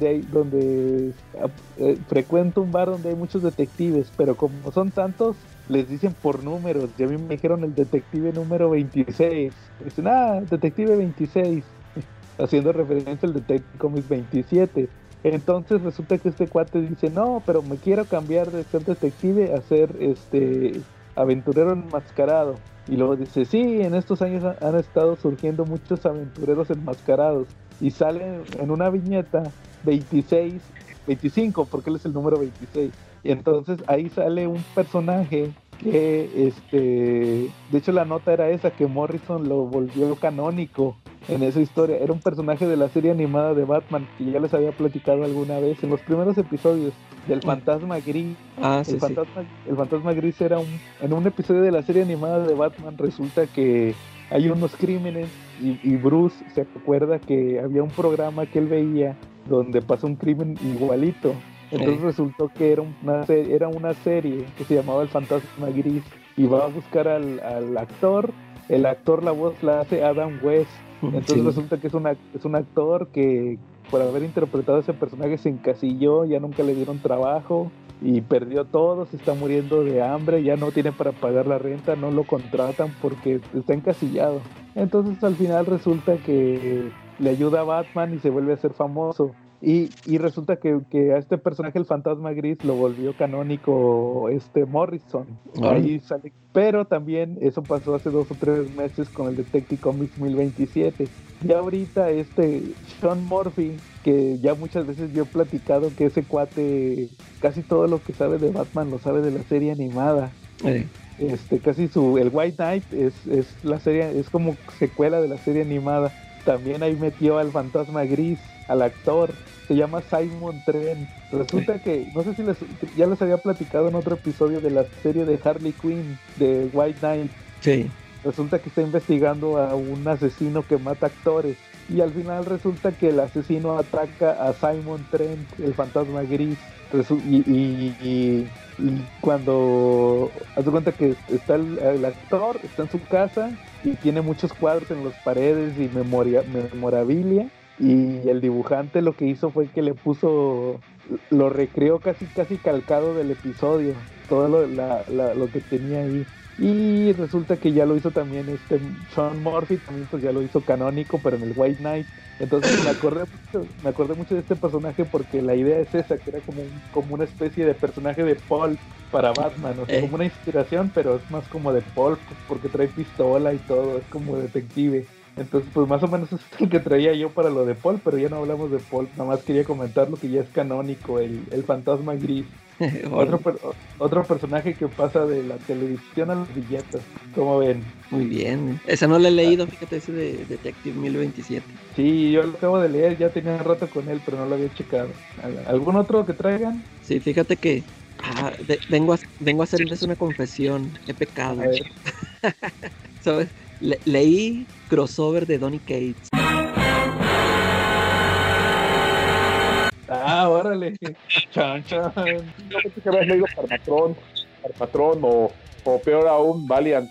S4: frecuento un bar donde hay muchos detectives, pero como son tantos, les dicen por números. Y a mí me dijeron el detective número 26. Dicen, detective 26, haciendo referencia al Detective Comics 27. Entonces resulta que este cuate dice, no, pero me quiero cambiar de ser detective a ser aventurero enmascarado. Y luego dice, sí, en estos años han estado surgiendo muchos aventureros enmascarados. Y sale en una viñeta 25, porque él es el número 26. Y entonces ahí sale un personaje que, de hecho la nota era esa, que Morrison lo volvió canónico en esa historia. Era un personaje de la serie animada de Batman, que ya les había platicado alguna vez en los primeros episodios, del Fantasma Gris. El Fantasma Gris era en un episodio de la serie animada de Batman. Resulta que hay unos crímenes y Bruce se acuerda que había un programa que él veía donde pasó un crimen igualito. Entonces resultó que era una serie que se llamaba El Fantasma Gris, y va a buscar al actor. El actor, la voz la hace Adam West. Entonces resulta que es un actor que por haber interpretado a ese personaje se encasilló, ya nunca le dieron trabajo y perdió todo, se está muriendo de hambre, ya no tiene para pagar la renta, no lo contratan porque está encasillado. Entonces al final resulta que le ayuda a Batman y se vuelve a ser famoso. Y resulta que a este personaje, el Fantasma Gris, lo volvió canónico Morrison. Ahí sale. Pero también eso pasó hace 2 o 3 meses con el Detective Comics 1027. Y ahorita Sean Murphy, que ya muchas veces yo he platicado que ese cuate casi todo lo que sabe de Batman lo sabe de la serie animada. Casi el White Knight es la serie, es como secuela de la serie animada. También ahí metió al Fantasma Gris, al actor, se llama Simon Trent. Resulta que, no sé si ya les había platicado en otro episodio de la serie de Harley Quinn, de White Knight.
S6: Sí.
S4: Resulta que está investigando a un asesino que mata actores. Y al final resulta que el asesino ataca a Simon Trent, el Fantasma Gris. Y cuando hace cuenta que está el actor, está en su casa y tiene muchos cuadros en las paredes y memorabilia, y el dibujante lo que hizo fue que lo recreó casi calcado del episodio, todo lo que tenía ahí. Y resulta que ya lo hizo también Sean Murphy, también pues ya lo hizo canónico, pero en el White Knight. Entonces me acordé mucho de este personaje porque la idea es esa, que era como una especie de personaje de Pulp para Batman, o sea, como una inspiración, pero es más como de Pulp, porque trae pistola y todo, es como detective. Entonces pues más o menos es el que traía yo para lo de Pulp, pero ya no hablamos de Pulp, nada más quería comentar lo que ya es canónico, el Fantasma Gris. Otro personaje que pasa de la televisión a las billetas, ¿cómo ven?
S6: Muy bien, esa no la he leído, fíjate, ese de Detective 1027.
S4: Sí, yo lo acabo de leer, ya tenía un rato con él, pero no lo había checado. ¿Algún otro que traigan?
S6: Sí, fíjate que vengo a hacerles una confesión, he pecado. ¿sabes? Leí crossover de Donny Cates.
S4: Ah, órale. Chan, chan.
S5: Yo pensé que habías leído Parpatrón o peor aún, Valiant.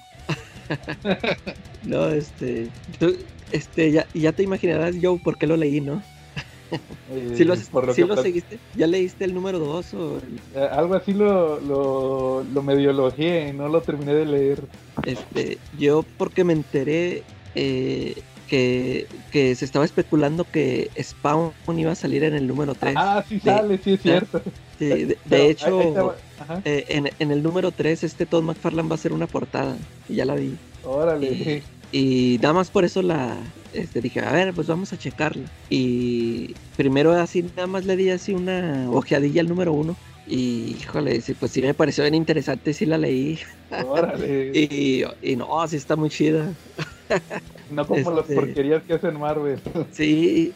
S6: No, ya te imaginarás, Joe, por qué lo leí, ¿no? ¿Sí lo seguiste? ¿Ya leíste el número 2 o...?
S4: Algo así lo medio elogié, no lo terminé de leer.
S6: Yo porque me enteré que se estaba especulando que Spawn iba a salir en el número 3.
S4: Ah, sí sale, sí es cierto.
S6: Sí, de hecho, en el número 3 Todd McFarlane va a hacer una portada, y ya la vi.
S4: Órale.
S6: Y nada más por eso dije, a ver, pues vamos a checarla. Y primero así nada más le di así una ojeadilla al número 1. Y híjole, sí, pues sí me pareció bien interesante, sí la leí.
S4: Órale.
S6: y no, sí está muy chida.
S4: No como las porquerías que hacen Marvel.
S6: Sí,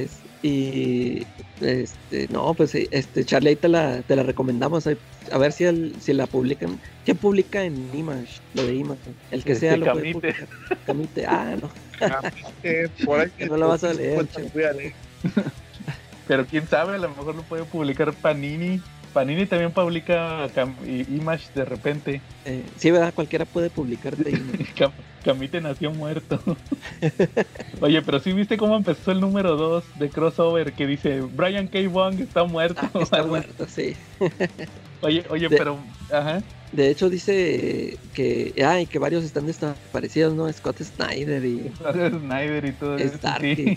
S6: no, pues Charlie, te la recomendamos. A ver si la publican. ¿Quién publica en Image? Lo de Image. El que sea lo puede
S4: Camite.
S6: publicar. Camite. Ah, no.
S5: Por ahí
S6: No la vas a leer.
S5: Voy a leer.
S4: Pero quién sabe, a lo mejor lo puede publicar Panini. Panini también publica Image de repente.
S6: Sí, ¿verdad? Cualquiera puede publicar de Image.
S4: Camite nació muerto. Oye, pero sí viste cómo empezó el número 2 de crossover que dice Brian K. Wong está muerto.
S6: Está muerto, sí.
S4: Oye, pero ajá.
S6: De hecho dice que varios están desaparecidos, ¿no? Scott Snyder y
S4: Snyder y todo eso.
S6: Starsky.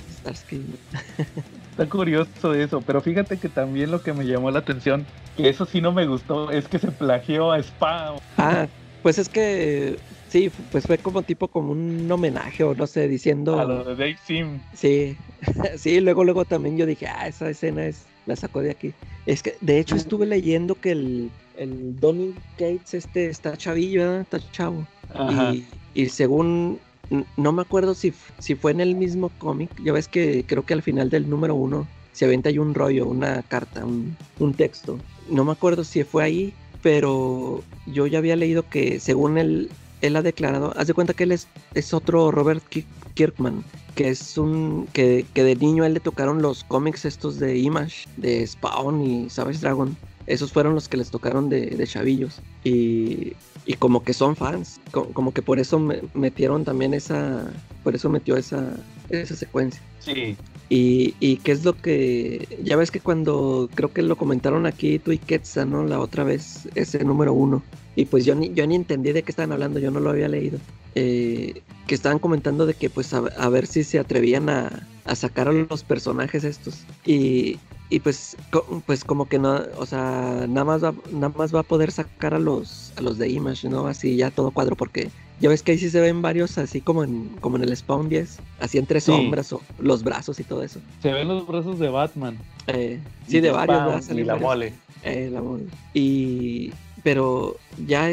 S4: Está curioso eso, pero fíjate que también lo que me llamó la atención, que eso sí no me gustó, es que se plagió a Spawn.
S6: Ah, pues es que sí, pues fue como un homenaje o no sé, diciendo
S4: a lo de Dave Sim.
S6: Sí, sí, luego también yo dije, esa escena la sacó de aquí. Es que de hecho estuve leyendo que el Donny Cates está chavillo, ¿verdad? Está chavo. Y según no me acuerdo si fue en el mismo cómic. Ya ves que creo que al final del número 1 se avienta ahí un rollo, una carta, un texto. No me acuerdo si fue ahí, pero yo ya había leído que según él ha declarado, haz de cuenta que él es otro Robert Kirkman, que es que de niño a él le tocaron los cómics estos de Image, de Spawn y Savage Dragon. Esos fueron los que les tocaron de chavillos. Y como que son fans, como que por eso metieron también por eso metió esa secuencia.
S4: Sí.
S6: Y qué es lo que, ya ves que cuando, creo que lo comentaron aquí tú y Quetzal, ¿no? La otra vez, ese número 1. Y pues yo ni entendí de qué estaban hablando, yo no lo había leído. Que estaban comentando de que pues a ver si se atrevían a sacar a los personajes estos. Y pues como que no, o sea, nada más va a poder sacar a los de Image, ¿no? Así ya todo cuadro, porque ya ves que ahí sí se ven varios así como en el Spawn 10, así entre sombras o los brazos y todo eso.
S4: Se ven los brazos de Batman.
S6: Sí, de varios.
S5: Y la mole.
S6: La mole. Pero ya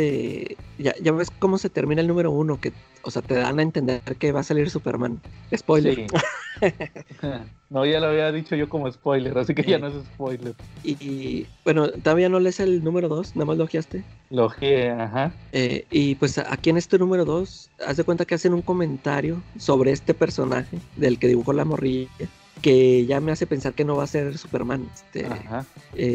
S6: ya ves cómo se termina el número 1, que, o sea, te dan a entender que va a salir Superman. Spoiler. Sí.
S4: No, ya lo había dicho yo como spoiler, así que ya no es spoiler.
S6: Y bueno, ¿todavía no lees el número 2? ¿Nada más lo ojeaste?
S4: Lo ojeé, ajá.
S6: Y pues aquí en este número 2, haz de cuenta que hacen un comentario sobre este personaje del que dibujó la morrilla, que ya me hace pensar que no va a ser Superman.
S4: Ajá.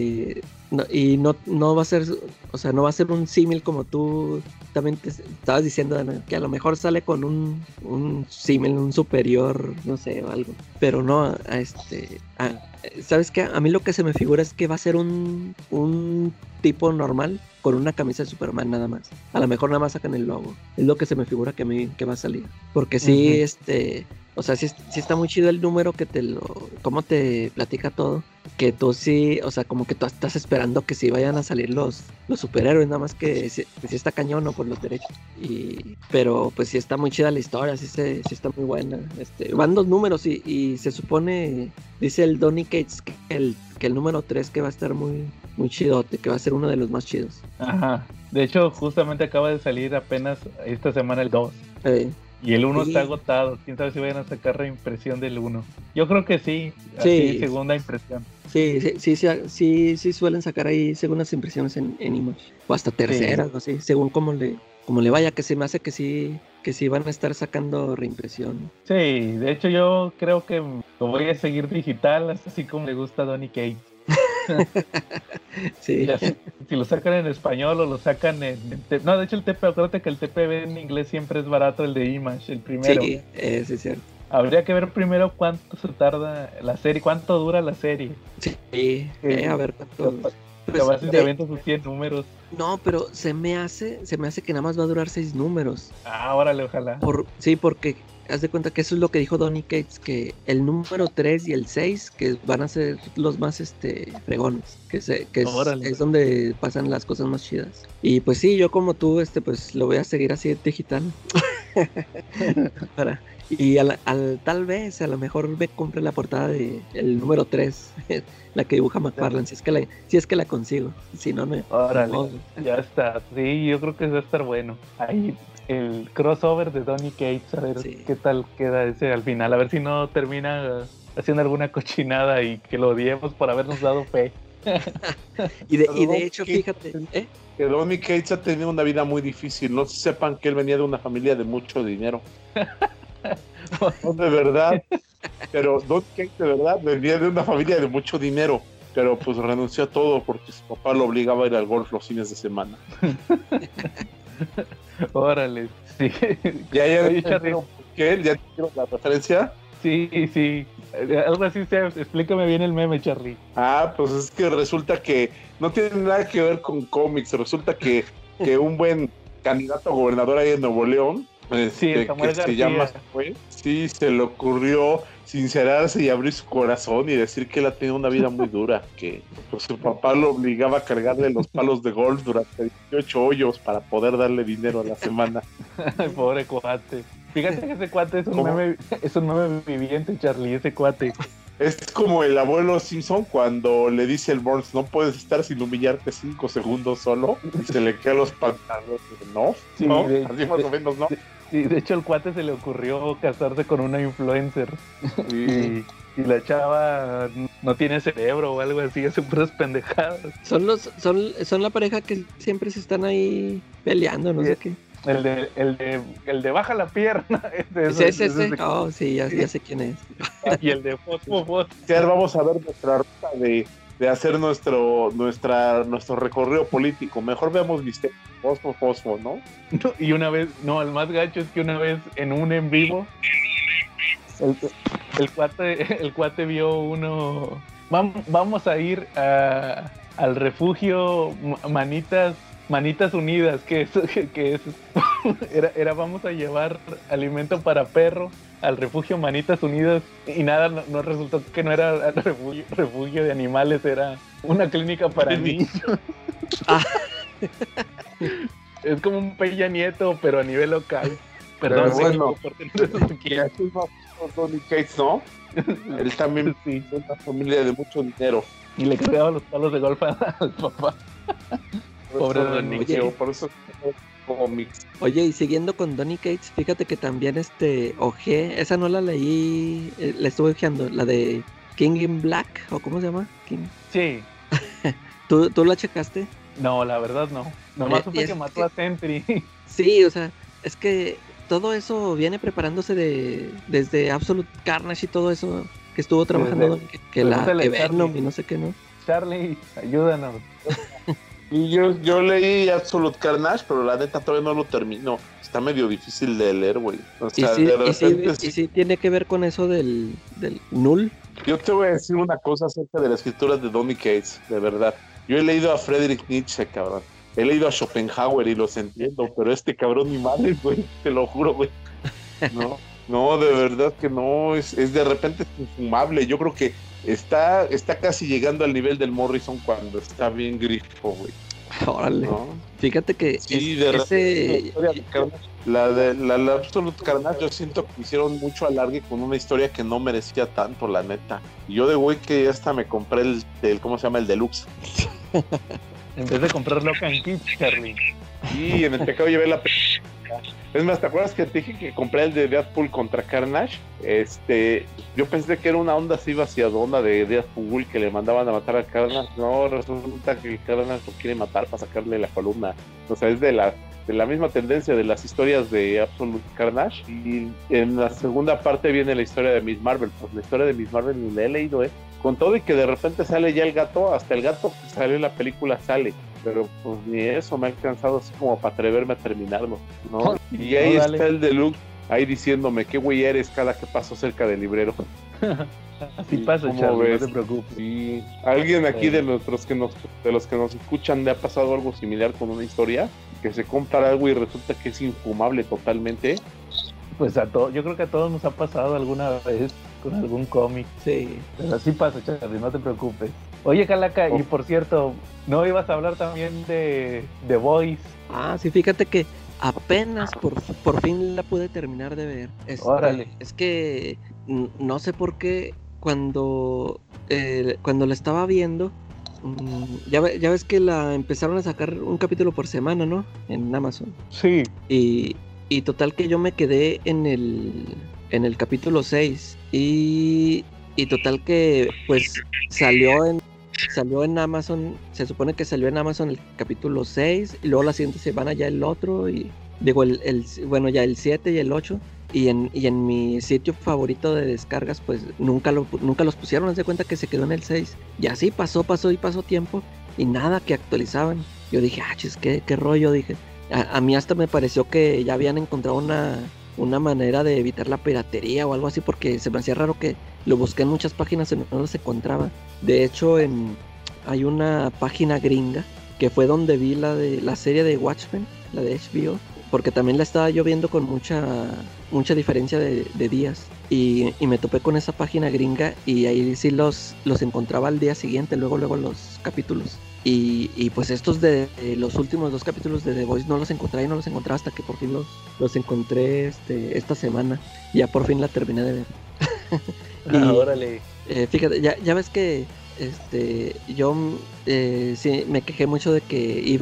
S6: No va a ser, o sea, no va a ser un símil como tú también te estabas diciendo, ¿no? Que a lo mejor sale con un símil, un superior, no sé, o algo. Pero no, ¿sabes qué? A mí lo que se me figura es que va a ser un tipo normal con una camisa de Superman nada más. A lo mejor nada más sacan el logo. Es lo que se me figura que va a salir. Porque sí, o sea, sí está muy chido el número cómo te platica todo. Que tú sí, o sea, como que tú estás esperando que sí vayan a salir los superhéroes, nada más que sí está cañón, ¿no? Por los derechos. Pero pues sí está muy chida la historia, sí está muy buena. Van 2 números y se supone, dice el Donny Cates, que el número 3 que va a estar muy, muy chidote, que va a ser uno de los más chidos.
S4: Ajá. De hecho, justamente acaba de salir apenas esta semana el 2. Y el 1 está agotado. Quién sabe si vayan a sacar reimpresión del 1. Yo creo que sí. Así, segunda impresión.
S6: Sí, suelen sacar ahí segundas impresiones en Image. O hasta terceras, o así, según como le vaya, que se me hace que sí que sí van a estar sacando reimpresión.
S4: Sí, de hecho yo creo que lo voy a seguir digital, así como le gusta a Donny Cates.
S6: Sí.
S4: Si lo sacan en español o lo sacan no, de hecho el TP, acuérdate que el TPB en inglés siempre es barato, el de Image, el primero.
S6: Sí, sí es cierto.
S4: Habría que ver primero cuánto se tarda la serie, cuánto dura la serie.
S6: Sí, a ver cuánto.
S4: Capaz si te aventas sus 100 números.
S6: No, pero se me hace que nada más va a durar 6 números.
S4: Ah, órale, ojalá.
S6: Sí, porque haz de cuenta que eso es lo que dijo Donny Cates, que el número 3 y el 6 que van a ser los más fregones, que es donde pasan las cosas más chidas. Y pues sí, yo como tú, pues lo voy a seguir así digital. Y tal vez a lo mejor me compre la portada de el número 3, la que dibuja McFarlane, si es que la consigo. Si no, no.
S4: Órale, ya está. Sí, yo creo que va a estar bueno. Ahí el crossover de Donny Cates, a ver qué tal queda ese al final, a ver si no termina haciendo alguna cochinada y que lo odiemos por habernos dado fe.
S6: y de hecho, fíjate,
S5: que Donny Cates ha tenido una vida muy difícil. No se sepan que él venía de una familia de mucho dinero. No, de verdad. Pero Donny Cates de verdad venía de una familia de mucho dinero. Pero pues renunció a todo porque su papá lo obligaba a ir al golf los fines de semana.
S4: Órale, sí.
S5: ¿Ya dijeron la referencia?
S4: Sí. Algo así sea, explícame bien el meme, Charlie.
S5: Ah, pues es que resulta que no tiene nada que ver con cómics. Resulta que un buen candidato a gobernador ahí en Nuevo León, que se llama, sí, se le ocurrió sincerarse y abrir su corazón y decir que él ha tenido una vida muy dura, que pues, su papá lo obligaba a cargarle los palos de golf durante 18 hoyos para poder darle dinero a la semana.
S4: Ay, pobre cuate. Fíjate que ese cuate es un meme viviente, Charlie, ese cuate.
S5: Es como el abuelo Simpson cuando le dice el Burns, no puedes estar sin humillarte 5 segundos solo, y se le quedan los pantalones. ¿No?
S4: Sí,
S5: ¿no? Así más o menos, ¿no?
S4: Sí, de hecho, al cuate se le ocurrió casarse con una influencer. Sí. Y la chava no tiene cerebro o algo así, hace puras pendejadas.
S6: Son la pareja que siempre se están ahí peleando, no sé qué.
S4: El de baja la pierna.
S5: Ese.
S6: Oh, sí, ya sé quién es.
S4: Y el de fosfo.
S5: Vamos a ver nuestra ruta de hacer nuestro recorrido político. Mejor veamos Misterio, fosfo, ¿no?
S4: Y una vez, el más gacho es que una vez en un en vivo, el cuate vio uno. Vamos a ir al refugio Manitas Unidas, que es era vamos a llevar alimento para perro al refugio Manitas Unidas, y nada, no resultó que no era refugio de animales, era una clínica para niños. Es como un Peña Nieto, pero a nivel local. Perdón,
S5: bueno, que aquí es Donny Cates, ¿no? Él también es una familia de mucho dinero.
S4: Y le cargaba los palos de golf al papá. Pobre Donny Cates.
S5: Por eso cómics.
S6: Oye, y siguiendo con Donny Cates, fíjate que también ojeé, esa no la leí, la estuve ojeando, la de King in Black, o ¿cómo se llama? King.
S4: Sí.
S6: ¿Tú la checaste?
S4: No, la verdad no. Nomás supe que mató a Sentry.
S6: Sí, o sea, es que todo eso viene preparándose desde Absolute Carnage y todo eso que estuvo trabajando, que Venom y no sé qué, ¿no?
S4: Charlie, ayúdanos.
S5: Y yo leí Absolute Carnage, pero la neta todavía no lo termino. Está medio difícil de leer, güey. O sea,
S6: y sí tiene que ver con eso del Null.
S5: Yo te voy a decir una cosa acerca de las escrituras de Donny Cates, de verdad. Yo he leído a Friedrich Nietzsche, cabrón. He leído a Schopenhauer y los entiendo, pero este cabrón ni madre, güey, te lo juro, güey. No, de verdad que no, es de repente infumable. Yo creo que está casi llegando al nivel del Morrison cuando está bien grifo, güey.
S6: Órale. ¿No? Fíjate que
S5: sí, la Absolute Carnage, yo siento que hicieron mucho alargue con una historia que no merecía tanto, la neta. Y yo de güey que hasta me compré el ¿cómo se llama? El Deluxe.
S4: En vez de comprar Locan Kitsch, Charlie.
S5: Sí, en el pecado llevé la Es más, ¿te acuerdas que te dije que compré el de Deadpool contra Carnage? Yo pensé que era una onda así vaciadona de Deadpool que le mandaban a matar a Carnage. No, resulta que el Carnage lo quiere matar para sacarle la columna. O sea, es de de la misma tendencia de las historias de Absolute Carnage, y en la segunda parte viene la historia de Miss Marvel. Pues la historia de Miss Marvel ni la he leído, con todo y que de repente sale ya el gato, hasta el gato que salió en la película sale, pero pues ni eso me ha alcanzado así como para atreverme a terminarlo, ¿no? Y ahí está el Deluxe ahí diciéndome qué güey eres cada que paso cerca del librero.
S4: Así pasa, Charlie, no te preocupes.
S5: Sí. ¿Alguien aquí de los que nos escuchan le ha pasado algo similar con una historia? Que se compra algo y resulta que es infumable totalmente.
S4: Pues yo creo que a todos nos ha pasado alguna vez con algún cómic.
S6: Sí.
S4: Pero así pasa, Charlie, no te preocupes. Oye, Calaca, y por cierto, ¿no ibas a hablar también de The Voice?
S6: Ah, sí, fíjate que apenas por fin la pude terminar de ver.
S4: Órale.
S6: Es que no sé por qué cuando la estaba viendo, ya ves que la empezaron a sacar un capítulo por semana, ¿no? En Amazon.
S4: Sí.
S6: Y total que yo me quedé en el capítulo 6 y total que pues salió en Amazon, se supone que salió en Amazon el capítulo 6 y luego la siguiente semana ya el otro y digo bueno, ya el 7 y el 8 y en mi sitio favorito de descargas pues nunca los pusieron, haz de cuenta que se quedó en el 6 y así pasó tiempo y nada que actualizaban. Yo dije, chis, qué rollo, dije. A mí hasta me pareció que ya habían encontrado una manera de evitar la piratería o algo así, porque se me hacía raro que lo busqué en muchas páginas y no se encontraba. De hecho, hay una página gringa que fue donde vi la serie de Watchmen, la de HBO, porque también la estaba yo viendo con mucha diferencia de días. Y me topé con esa página gringa y ahí sí los encontraba al día siguiente, luego los capítulos. Y pues estos de los últimos 2 capítulos de The Voice no los encontré hasta que por fin los encontré esta semana. Ya por fin la terminé de ver.
S4: Órale.
S6: Fíjate, ya ves que yo sí me quejé mucho de que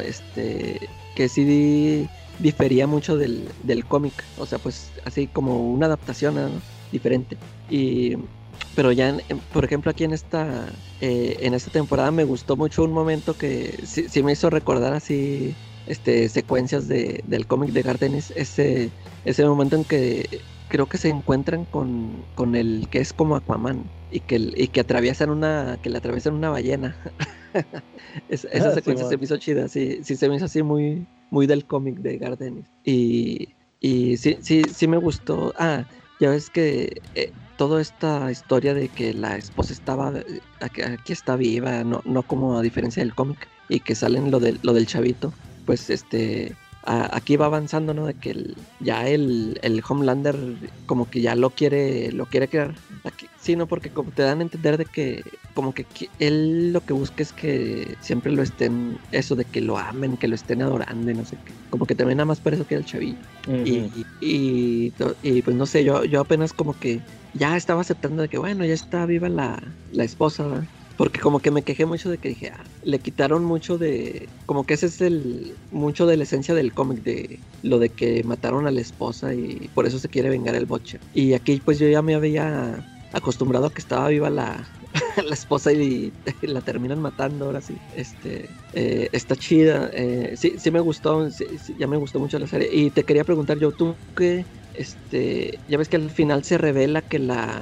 S6: que sí difería mucho del cómic, o sea, pues así como una adaptación, ¿no? Diferente. Pero ya, por ejemplo, aquí en esta temporada me gustó mucho un momento que sí me hizo recordar así secuencias del cómic de Gardenis, ese momento en que creo que se encuentran con el que es como Aquaman y que le atraviesan una ballena. Esa secuencia se me hizo chida, sí se me hizo así muy, muy del cómic de Gardenis. Y sí me gustó. Ya ves que toda esta historia de que la esposa aquí está viva, no como a diferencia del cómic, y que salen lo del chavito, pues aquí va avanzando, ¿no? De que el Homelander como que ya lo quiere crear. Aquí, sí, ¿no? Porque como te dan a entender de que como que él lo que busca es que siempre lo estén, eso de que lo amen, que lo estén adorando y no sé qué. Como que también nada más por eso quiere el chavito. Uh-huh. Y pues no sé, yo apenas como que ya estaba aceptando de que bueno, ya está viva la esposa, ¿verdad? Porque como que me quejé mucho de que dije, le quitaron mucho de... Como que ese es mucho de la esencia del cómic, de lo de que mataron a la esposa y por eso se quiere vengar el Butcher. Y aquí pues yo ya me había acostumbrado a que estaba viva la esposa y la terminan matando ahora sí. Está chida. Sí me gustó, sí, ya me gustó mucho la serie. Y te quería preguntar yo, ¿tú qué...? Ya ves que al final se revela que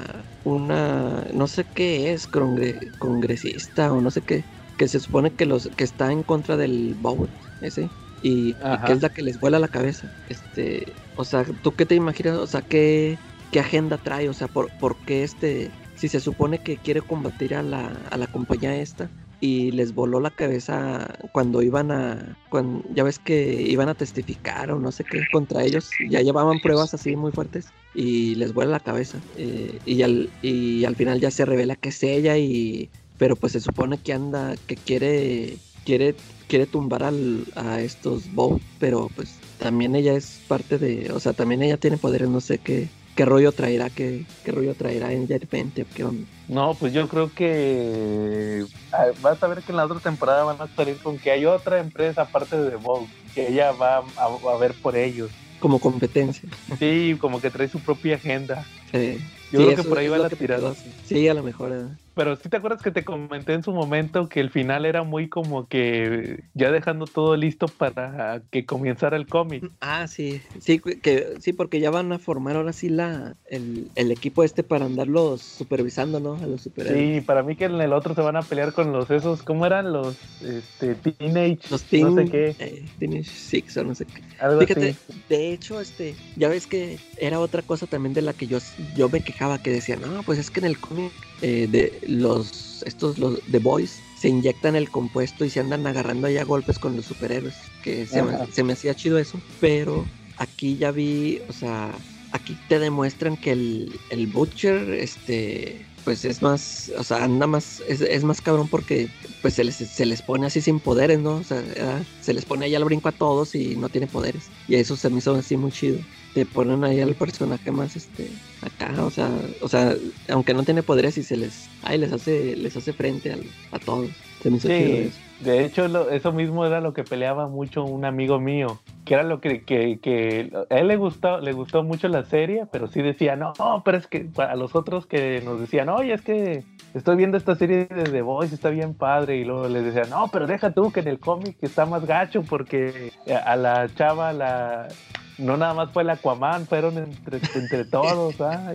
S6: no sé qué es, congresista o no sé qué, que se supone que está en contra del Bow, ese, y que es la que les vuela la cabeza. O sea, ¿tú qué te imaginas? O sea, ¿qué agenda trae? O sea, ¿por qué si se supone que quiere combatir a la compañía esta? Y les voló la cabeza cuando ya ves que iban a testificar o no sé qué contra ellos, ya llevaban pruebas así muy fuertes y les vuela la cabeza, y al final ya se revela que es ella, pero pues se supone que quiere tumbar a estos Bow, pero pues también ella es parte o sea, también ella tiene poderes, no sé qué rollo traerá, qué rollo traerá en repente, qué onda.
S4: No, pues yo creo que vas a ver que en la otra temporada van a salir con que hay otra empresa aparte de The Vogue, que ella va a ver por ellos.
S6: Como competencia.
S4: Sí, como que trae su propia agenda.
S6: Sí.
S4: Yo creo que por ahí va la tirada.
S6: Sí, a lo mejor.
S4: Pero sí te acuerdas que te comenté en su momento que el final era muy como que ya dejando todo listo para que comenzara el cómic.
S6: Ah, sí, sí, porque ya van a formar ahora sí el equipo para andarlos supervisando, ¿no? A los superhéroes.
S4: Sí, para mí que en el otro se van a pelear con los esos, ¿cómo eran? Los Teenage,
S6: no
S4: sé qué.
S6: Teenage Six o no sé qué.
S4: Algo
S6: Fíjate,
S4: así.
S6: de hecho, ya ves que era otra cosa también de la que yo me quejaba, que decía, no, pues es que en el cómic de los The Boys se inyectan el compuesto y se andan agarrando ahí a golpes con los superhéroes, que se me hacía chido eso, pero aquí ya vi, o sea, aquí te demuestran que el Butcher, pues es más, o sea, anda más, es más cabrón porque pues se les pone así sin poderes, ¿no? O sea, se les pone ahí al brinco a todos y no tiene poderes, y eso se me hizo así muy chido. Te ponen ahí al personaje más acá, o sea, aunque no tiene poderes y les hace frente a todos. Se me hizo chido eso.
S4: De hecho, eso mismo era lo que peleaba mucho un amigo mío, que era lo que a él le gustó mucho la serie, pero sí decía, no, pero es que a los otros que nos decían, oye, es que estoy viendo esta serie de The Boys, está bien padre, y luego les decía, no, pero deja tú que en el cómic está más gacho, porque a la chava, no nada más fue el Aquaman, fueron entre todos, ¿ah?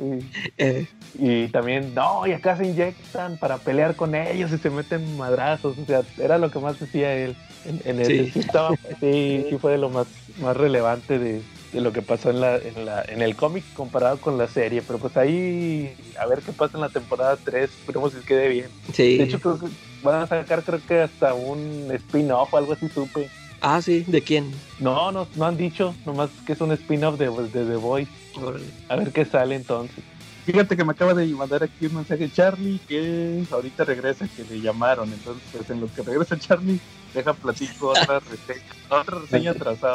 S4: Y también, no, y acá se inyectan para pelear con ellos y se meten madrazos, o sea, era lo que más decía él en ese. Sí, fue de lo más relevante de lo que pasó en el cómic comparado con la serie, pero pues ahí a ver qué pasa en la temporada 3, esperemos que quede bien.
S6: Sí.
S4: De hecho, creo que van a sacar hasta un spin-off o algo así, supe.
S6: Ah, sí, ¿de quién?
S4: No han dicho, nomás que es un spin-off de The Voice. A ver qué sale entonces. Fíjate que me acaba de mandar aquí un mensaje Charlie que ahorita regresa, que le llamaron. Entonces, pues en lo que regresa Charlie, deja platico otra reseña atrasada.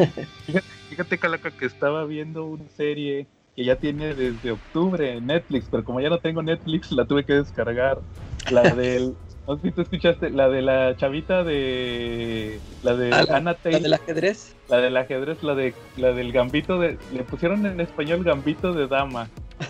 S4: Fíjate, Calaca, que estaba viendo una serie que ya tiene desde octubre en Netflix, pero como ya no tengo Netflix, la tuve que descargar. La del... No sé si tú escuchaste, la de la chavita la de Anna Taylor.
S6: ¿La del ajedrez?
S4: La del ajedrez, la del gambito le pusieron en español gambito de dama.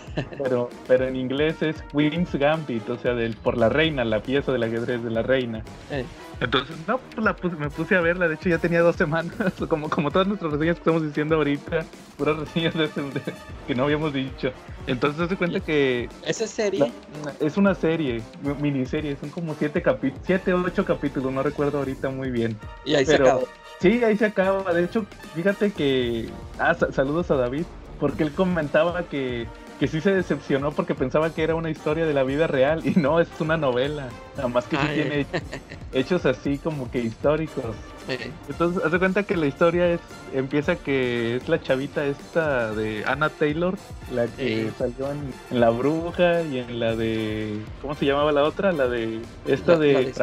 S4: Pero en inglés es Queen's Gambit, o sea, por la reina, la pieza del ajedrez de la reina. Entonces, no, pues me puse a verla, de hecho ya tenía 2 semanas, como todas nuestras reseñas que estamos diciendo ahorita, puras reseñas que no habíamos dicho. Entonces se cuenta que...
S6: ¿Esa serie?
S4: Es una serie, miniserie, son como 7 o 8 capítulos, no recuerdo ahorita muy bien.
S6: Y ahí se acaba.
S4: Sí, ahí se acaba, de hecho, fíjate que... saludos a David, porque él comentaba que sí se decepcionó porque pensaba que era una historia de la vida real y no, es una novela, nada más que sí tiene hechos así como que históricos. Entonces, haz de cuenta que la historia empieza que es la chavita esta de Anna Taylor, la que salió en La Bruja y en la de... ¿Cómo se llamaba la otra? La de... Esta de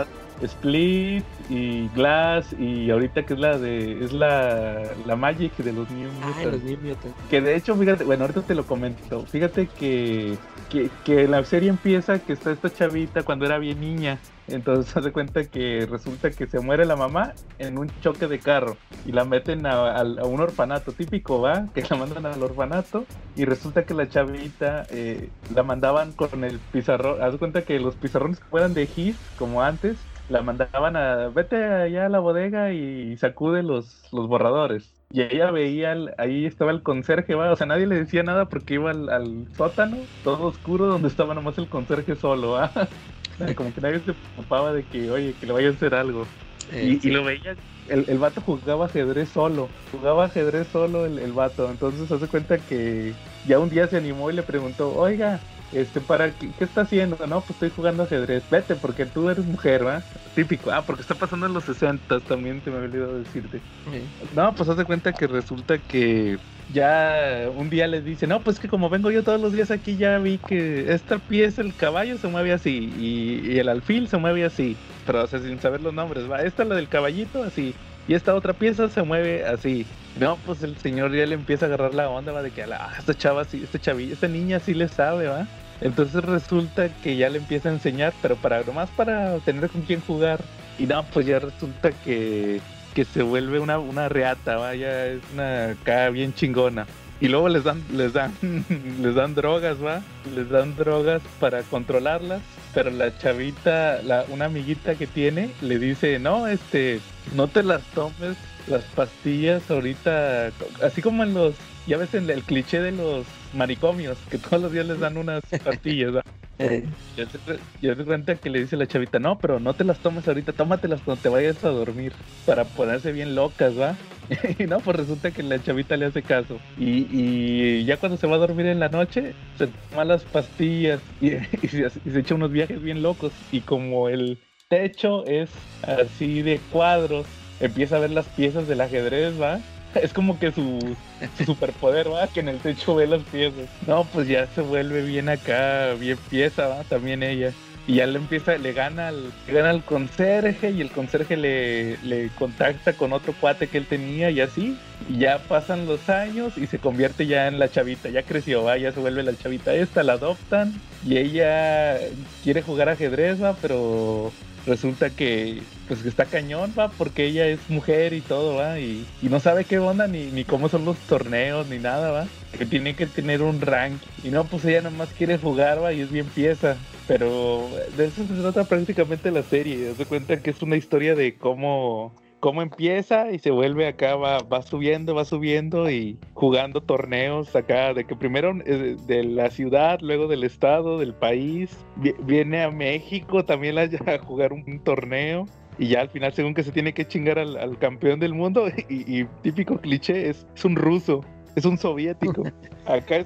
S4: Split y Glass, y ahorita que es la Magic de los New Mutants. Que de hecho, fíjate, bueno, ahorita te lo comento. Fíjate que la serie empieza que está esta chavita cuando era bien niña. Entonces se hace cuenta que resulta que se muere la mamá en un choque de carro y la meten a un orfanato típico, ¿va? Que la mandan al orfanato y resulta que la chavita la mandaban con el pizarrón. Haz de cuenta que los pizarrones que fueran de GIF, como antes, la mandaban vete allá a la bodega y sacude los borradores. Y ella veía, ahí estaba el conserje, ¿va? O sea, nadie le decía nada porque iba al sótano, todo oscuro, donde estaba nomás el conserje solo, ¿va? Como que nadie se preocupaba de que, oye, que le vaya a hacer algo. Y lo veía, el vato jugaba ajedrez solo el vato. Entonces hace cuenta que ya un día se animó y le preguntó, oiga, ¿qué está haciendo? No, pues estoy jugando ajedrez. Vete, porque tú eres mujer, ¿va? Típico. Porque está pasando en los 60, también te me había olvidado decirte. No, pues hace cuenta que resulta que ya un día les dice, no, pues que como vengo yo todos los días aquí, ya vi que esta pieza, el caballo se mueve así, y el alfil se mueve así, pero o sea, sin saber los nombres, va, esta es la del caballito, así, y esta otra pieza se mueve así. No, pues el señor ya le empieza a agarrar la onda, va, de que esta chava sí, esta niña sí le sabe, va. Entonces resulta que ya le empieza a enseñar, pero nomás para tener con quién jugar. Y no, pues ya resulta que se vuelve una reata, vaya, es una acá bien chingona. Y luego les dan les dan drogas, ¿va? Les dan drogas para controlarlas, pero la chavita, una amiguita que tiene, le dice, no, no te las tomes las pastillas ahorita, así como en los, ya ves en el cliché de los manicomios, que todos los días les dan unas pastillas, ¿va? Ya se cuenta que le dice la chavita, no, pero no te las tomes ahorita, tómatelas cuando te vayas a dormir, para ponerse bien locas, ¿va? Y no, pues resulta que la chavita le hace caso. Y ya cuando se va a dormir en la noche, se toma las pastillas y se echa unos viajes bien locos. Y como el techo es así de cuadros, empieza a ver las piezas del ajedrez, ¿va? Es como que su superpoder, ¿va? Que en el techo ve las piezas. No, pues ya se vuelve bien acá, bien pieza, ¿va? También ella. Y ya le gana al conserje, y el conserje le contacta con otro cuate que él tenía, y así. Y ya pasan los años y se convierte ya en la chavita. Ya creció, ¿va? Ya se vuelve la chavita esta, la adoptan. Y ella quiere jugar ajedrez, ¿va? Pero resulta que pues que está cañón, va, porque ella es mujer y todo, va, y no sabe qué onda ni cómo son los torneos ni nada, va, que tiene que tener un rank, y no, pues ella nomás quiere jugar, va, y es bien pieza. Pero de eso se trata prácticamente la serie. Se cuenta que es una historia de cómo empieza y se vuelve acá, va subiendo y jugando torneos acá, de que primero de la ciudad, luego del estado, del país, viene a México también a jugar un torneo. Y ya al final, según que se tiene que chingar al campeón del mundo, y típico cliché, es un ruso, es un soviético. Acá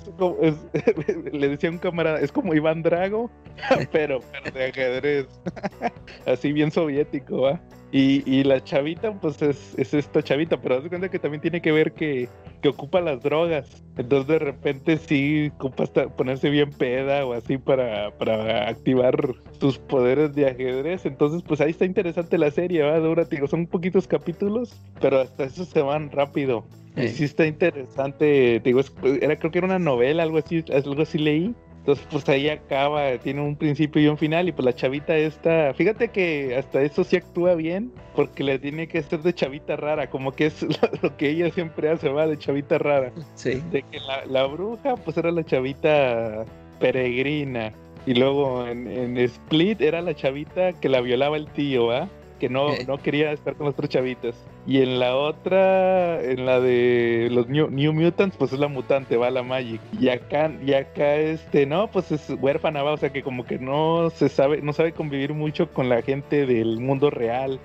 S4: le decía un camarada, es como Iván Drago, pero de ajedrez. Así bien soviético, ¿va? Y la chavita, pues es esta chavita, pero haz de cuenta que también tiene que ver que ocupa las drogas. Entonces de repente sí ocupa ponerse bien peda o así para activar sus poderes de ajedrez. Entonces pues ahí está interesante la serie, ¿va? Dura, digo, son poquitos capítulos, pero hasta eso se van rápido. Y sí está interesante, digo, creo que era una novela, algo así leí. Entonces pues ahí acaba, tiene un principio y un final, y pues la chavita esta, fíjate que hasta eso sí actúa bien, porque le tiene que ser de chavita rara, como que es lo que ella siempre hace, va, de chavita rara.
S6: Sí.
S4: De que la bruja pues era la chavita peregrina, y luego en Split era la chavita que la violaba el tío, ¿va? Que no quería estar con los otros chavitas. Y en la otra, en la de los New Mutants, pues es la mutante, va, la Magic. Y acá no, pues es huérfana, va, o sea que como que no sabe convivir mucho con la gente del mundo real.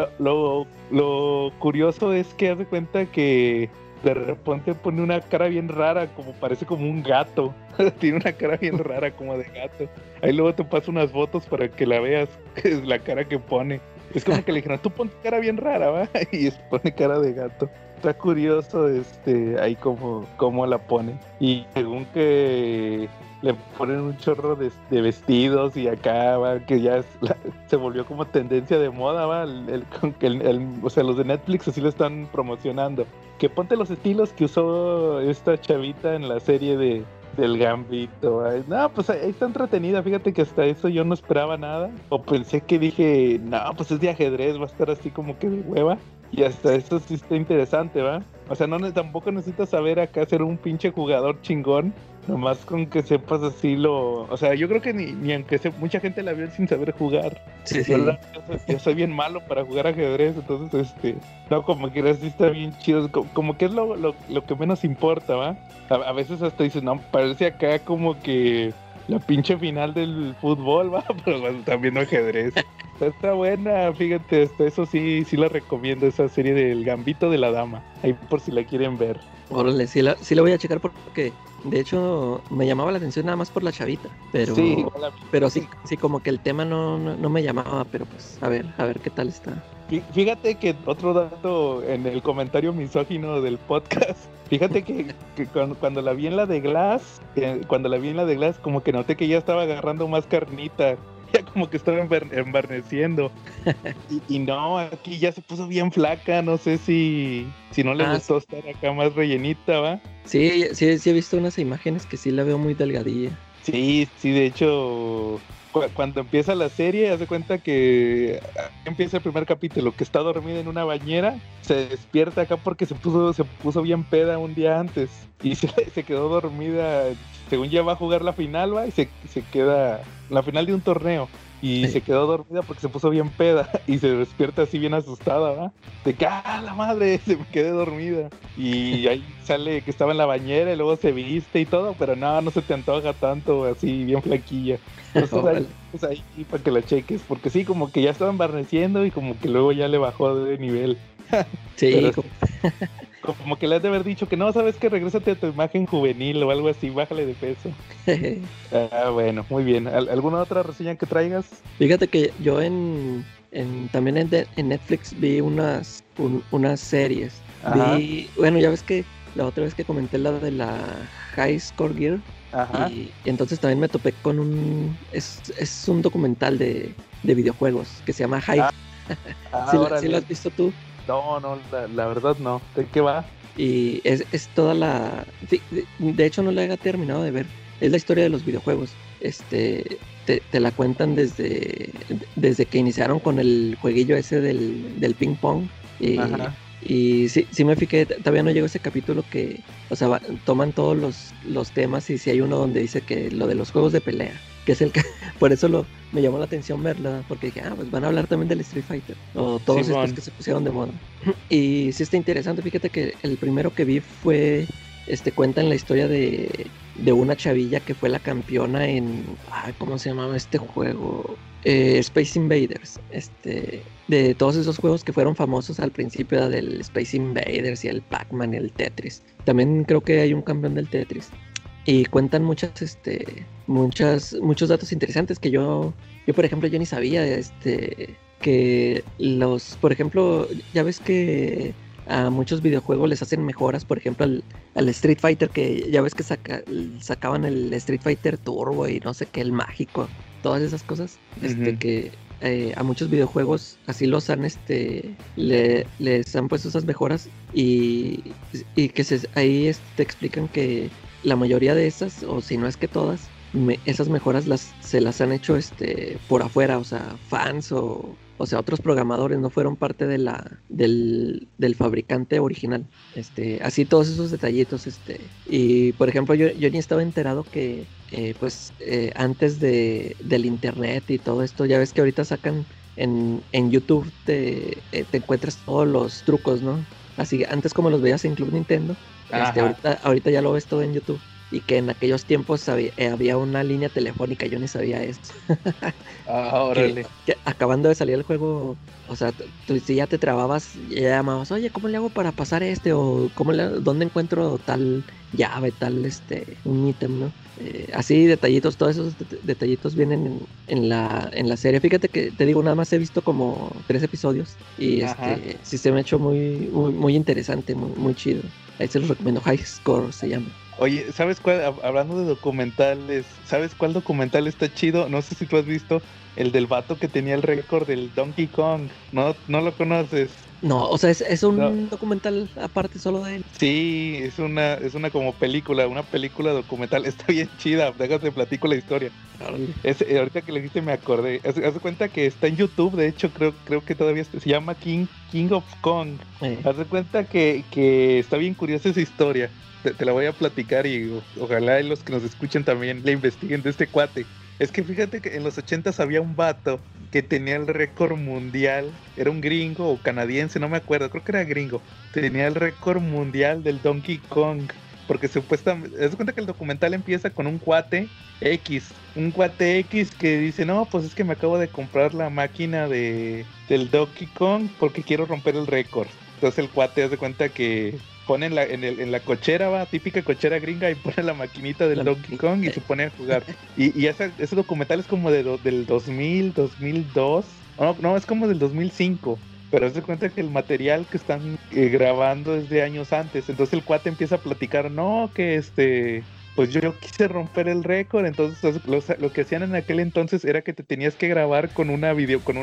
S4: Lo curioso es que haz de cuenta que de repente pone una cara bien rara, parece como un gato. Tiene una cara bien rara como de gato. Ahí luego te paso unas fotos para que la veas, que es la cara que pone. Es como que le dijeron, tú pon cara bien rara, ¿va? Y pone cara de gato. Está curioso ahí como la pone. Y según que le ponen un chorro de vestidos y acá, ¿va? Que ya se volvió como tendencia de moda, ¿va? O sea, los de Netflix así lo están promocionando. Que ponte los estilos que usó esta chavita en la serie del Gambito. No, pues ahí está entretenida. Fíjate que hasta eso yo no esperaba nada. O pensé que dije, no, pues es de ajedrez, va a estar así como que de hueva. Y hasta eso sí está interesante, ¿va? O sea, tampoco necesitas saber acá ser un pinche jugador chingón. Nomás con que sepas así o sea, yo creo que ni aunque mucha gente la vio sin saber jugar.
S6: Sí.
S4: Yo soy bien malo para jugar ajedrez, entonces, no, como que sí está bien chido. Como que es lo que menos importa, ¿va? A veces hasta dices, no, parece acá como que la pinche final del fútbol, ¿va? Pero bueno, también no ajedrez. Está buena, fíjate, eso sí la recomiendo, esa serie del Gambito de la Dama. Ahí por si la quieren ver.
S6: Órale, sí la voy a checar porque de hecho me llamaba la atención nada más por la chavita, pero
S4: sí,
S6: pero sí como que el tema no me llamaba, pero pues a ver qué tal está.
S4: Fíjate que otro dato en el comentario misógino del podcast, fíjate que cuando la vi en la de Glass, como que noté que ya estaba agarrando más carnita. Ya como que estaba embarneciendo. y no, aquí ya se puso bien flaca. No sé si no le gustó estar acá más rellenita, ¿va?
S6: Sí he visto unas imágenes que sí la veo muy delgadilla.
S4: Sí, de hecho cuando empieza la serie, haz de cuenta que empieza el primer capítulo, que está dormida en una bañera, se despierta acá porque se puso bien peda un día antes y se quedó dormida, según ya va a jugar la final, va, y se queda la final de un torneo. Y se quedó dormida porque se puso bien peda y se despierta así bien asustada, ¿va? De que, la madre, se me quedé dormida. Y ahí sale que estaba en la bañera y luego se viste y todo, pero no se te antoja tanto, así bien flaquilla. Entonces ahí para que la cheques, porque sí, como que ya estaban barneciendo y como que luego ya le bajó de nivel.
S6: Sí,
S4: como que le has de haber dicho que no, sabes que regrésate a tu imagen juvenil o algo así, bájale de peso. Bueno, muy bien. ¿Alguna otra reseña que traigas?
S6: Fíjate que yo también en Netflix vi unas series. Bueno, ya ves que la otra vez que comenté la de la High Score Gear.
S4: Ajá.
S6: Y entonces también me topé con es un documental de videojuegos que se llama High. ¿Sí lo has visto tú?
S4: No, la verdad no. ¿De qué va?
S6: Y es toda de hecho no la he terminado de ver. Es la historia de los videojuegos. Te la cuentan desde que iniciaron con el jueguillo ese del ping pong. Y sí me fijé, todavía no llegó ese capítulo que, o sea, toman todos los temas y si hay uno donde dice que lo de los juegos de pelea, que es por eso me llamó la atención verla, porque dije, pues van a hablar también del Street Fighter, o todos estos que se pusieron de moda. Y sí está interesante, fíjate que el primero que vi fue, cuentan la historia de una chavilla que fue la campeona en, ¿cómo se llamaba este juego? Space Invaders, de todos esos juegos que fueron famosos al principio, del Space Invaders y el Pac-Man y el Tetris. También creo que hay un campeón del Tetris. Y cuentan muchos datos interesantes que yo por ejemplo, yo ni sabía, que por ejemplo, ya ves que a muchos videojuegos les hacen mejoras, por ejemplo al Street Fighter, que ya ves que sacaban el Street Fighter Turbo y no sé qué, el mágico, todas esas cosas, que a muchos videojuegos así los han les han puesto esas mejoras y que ahí te explican que la mayoría de esas, o si no es que todas, esas mejoras se las han hecho por afuera, o sea, fans o sea, otros programadores, no fueron parte del fabricante original. Así todos esos detallitos, y por ejemplo yo ni estaba enterado que antes del internet y todo esto, ya ves que ahorita sacan en YouTube te encuentras todos los trucos, ¿no? Así antes como los veías en Club Nintendo, ahorita ya lo ves todo en YouTube. Y que en aquellos tiempos había una línea telefónica, yo ni sabía eso.
S4: Órale.
S6: Que acabando de salir el juego, o sea, tú si ya te trababas, ya llamabas, oye, ¿cómo le hago para pasar o dónde encuentro tal llave, tal un ítem, ¿no? Así detallitos, todos esos detallitos vienen en la serie. Fíjate que te digo, nada más he visto como 3 episodios y sí se me ha hecho muy, muy, muy interesante, muy, muy chido. Ahí se los recomiendo, High Score se llama.
S4: Oye, ¿sabes cuál? Hablando de documentales, ¿sabes cuál documental está chido? No sé si tú has visto el del vato que tenía el récord del Donkey Kong. ¿No lo conoces?
S6: No, o sea, es un documental aparte solo de él.
S4: Sí, es una como película, una película documental. Está bien chida, déjate platico la historia. Ahorita que le dijiste me acordé. Haz de cuenta que está en YouTube, de hecho creo que todavía se llama King of Kong. Haz de cuenta que está bien curiosa esa historia. Te la voy a platicar y ojalá los que nos escuchen también le investiguen de este cuate. Es que fíjate que en los 80s había un vato que tenía el récord mundial, era un gringo o canadiense, no me acuerdo, creo que era gringo. Tenía el récord mundial del Donkey Kong, porque supuestamente, haz de cuenta que el documental empieza con un cuate X que dice, no, pues es que me acabo de comprar la máquina del Donkey Kong porque quiero romper el récord. Entonces el cuate hace cuenta que pone en la cochera, típica cochera gringa, y pone la maquinita del Donkey Kong y se pone a jugar. Y ese documental es como del 2000, 2002. No, es como del 2005. Pero se cuenta que el material que están grabando es de años antes. Entonces el cuate empieza a platicar, no, que pues yo quise romper el récord. Entonces lo que hacían en aquel entonces era que te tenías que grabar con una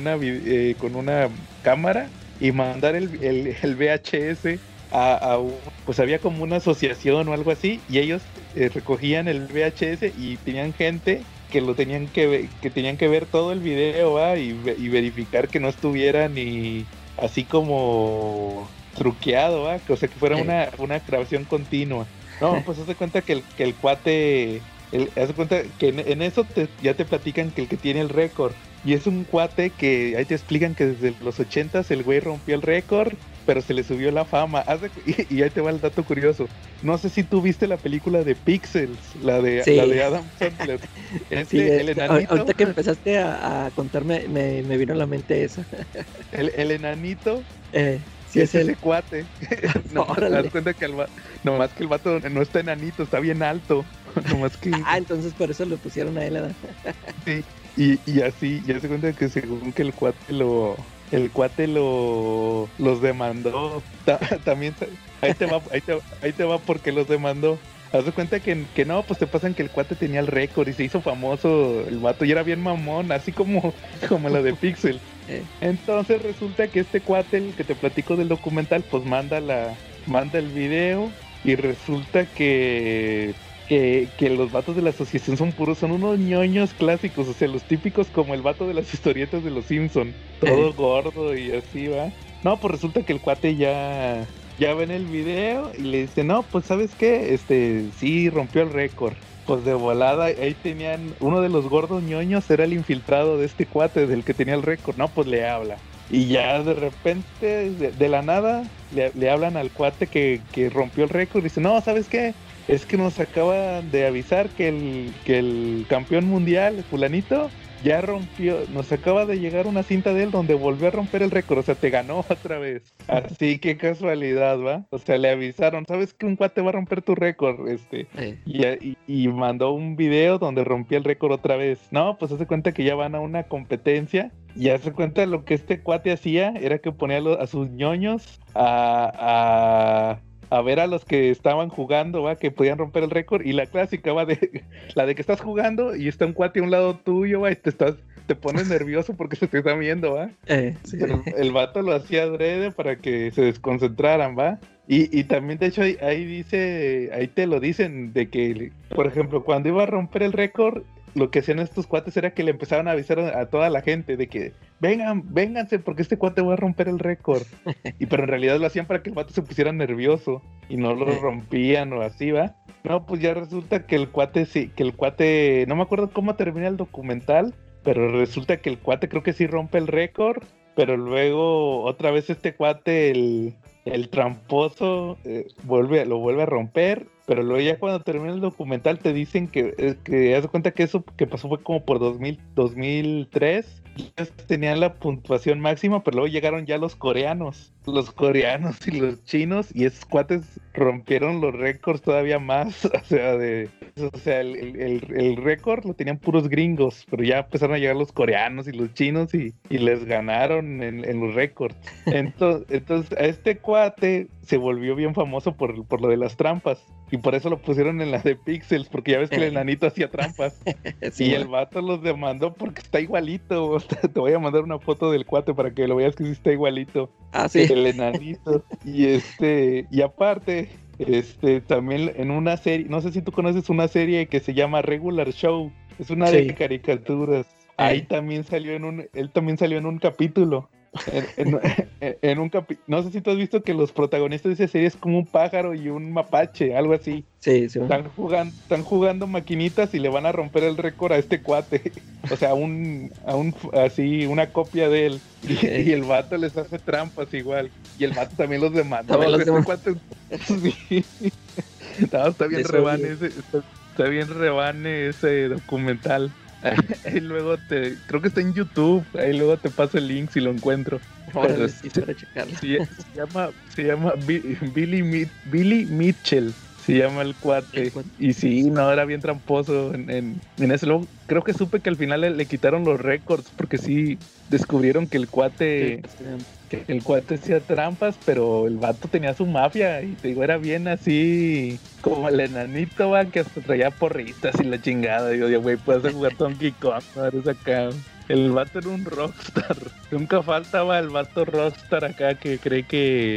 S4: cámara y mandar el VHS pues había como una asociación o algo así, y ellos recogían el VHS y tenían gente que lo tenían que tenían que ver todo el video, ¿va? Y verificar que no estuviera ni así como truqueado, ¿va? O sea, que fuera una grabación continua. No, pues haz de cuenta que el cuate, haz de cuenta que en eso ya te platican que el que tiene el récord. Y es un cuate que ahí te explican que desde los 80s el güey rompió el récord, pero se le subió la fama. Y ahí te va el dato curioso. No sé si tú viste la película de Pixels, la de Adam Sandler.
S6: El enanito. Ahorita que empezaste a contarme, me vino a la mente esa.
S4: El enanito.
S6: Sí,
S4: es ese cuate. No, te das cuenta que nomás que el vato no está enanito, está bien alto. Nomás que...
S6: entonces por eso lo pusieron a él, ¿verdad?
S4: Sí. Y así, ya se cuenta que según que el cuate los demandó. También ahí te va porque los demandó. Haz de cuenta que no, pues te pasan que el cuate tenía el récord y se hizo famoso el vato y era bien mamón, así como la de Pixel. Entonces resulta que este cuate, el que te platico del documental, pues manda el video y resulta que los vatos de la asociación son unos ñoños clásicos, o sea, los típicos como el vato de las historietas de los Simpson, todo gordo y así, ¿va? No, pues resulta que el cuate ya ven el video y le dice, no, pues ¿sabes qué? Sí, rompió el récord. Pues de volada, ahí tenían, uno de los gordos ñoños era el infiltrado de este cuate, del que tenía el récord, no, pues le habla. Y ya de repente, de la nada, le hablan al cuate que rompió el récord y dice, no, ¿sabes qué? Es que nos acaban de avisar que el campeón mundial, fulanito, ya rompió, nos acaba de llegar una cinta de él donde volvió a romper el récord, o sea, te ganó otra vez. Así que casualidad, ¿va? O sea, le avisaron, ¿sabes que un cuate va a romper tu récord? Y mandó un video donde rompía el récord otra vez. No, pues hace cuenta que ya van a una competencia y hace cuenta lo que este cuate hacía era que ponía a sus ñoños a ver a los que estaban jugando, va, que podían romper el récord, y la clásica va la de que estás jugando y está un cuate a un lado tuyo, va, y te pones nervioso porque se te está viendo, va.
S6: Sí.
S4: Pero el vato lo hacía adrede para que se desconcentraran, va. Y también, de hecho, ahí te lo dicen de que, por ejemplo, cuando iba a romper el récord, lo que hacían estos cuates era que le empezaban a avisar a toda la gente de que vénganse porque este cuate va a romper el récord. Pero en realidad lo hacían para que el vato se pusiera nervioso y no lo rompían o así, ¿va? No, pues ya resulta que el cuate, no me acuerdo cómo termina el documental, pero resulta que el cuate creo que sí rompe el récord, pero luego otra vez este cuate, el tramposo, lo vuelve a romper. Pero luego ya cuando termina el documental te dicen que haz de cuenta que eso que pasó fue como por 2003. Ellos tenían la puntuación máxima, pero luego llegaron ya los coreanos y los chinos, y esos cuates rompieron los récords todavía más. O sea, el récord lo tenían puros gringos, pero ya empezaron a llegar los coreanos y los chinos y les ganaron en los récords. Entonces a este cuate se volvió bien famoso por lo de las trampas. Y por eso lo pusieron en la de Pixels, porque ya ves que el enanito hacía trampas. Sí, y el vato los demandó porque está igualito. Te voy a mandar una foto del cuate para que lo veas que sí está igualito.
S6: Sí.
S4: El enanito. Y aparte, también en una serie, no sé si tú conoces una serie que se llama Regular Show. Es una de caricaturas. Ahí también él también salió en un capítulo. No sé si tú has visto que los protagonistas de esa serie es como un pájaro y un mapache, algo así.
S6: Sí.
S4: Están jugando maquinitas y le van a romper el récord a este cuate. O sea, así, una copia de él. Y el vato les hace trampas igual. Y el vato también los demanda. Sí. No, está bien rebane ese documental. Ahí luego creo que está en YouTube, ahí luego te paso el link si lo encuentro.
S6: Para checarlo.
S4: Se llama Billy Mitchell, se llama el cuate. Y sí, no, era bien tramposo en eso. Luego creo que supe que al final le quitaron los récords porque sí descubrieron que el cuate hacía trampas, pero el vato tenía su mafia y te digo, era bien así como el enanito, va, que hasta traía porritas y la chingada. Digo, güey, puedes jugar Donkey Kong, ¿no? Eres acá. El vato era un rockstar. Nunca faltaba el vato rockstar acá que cree que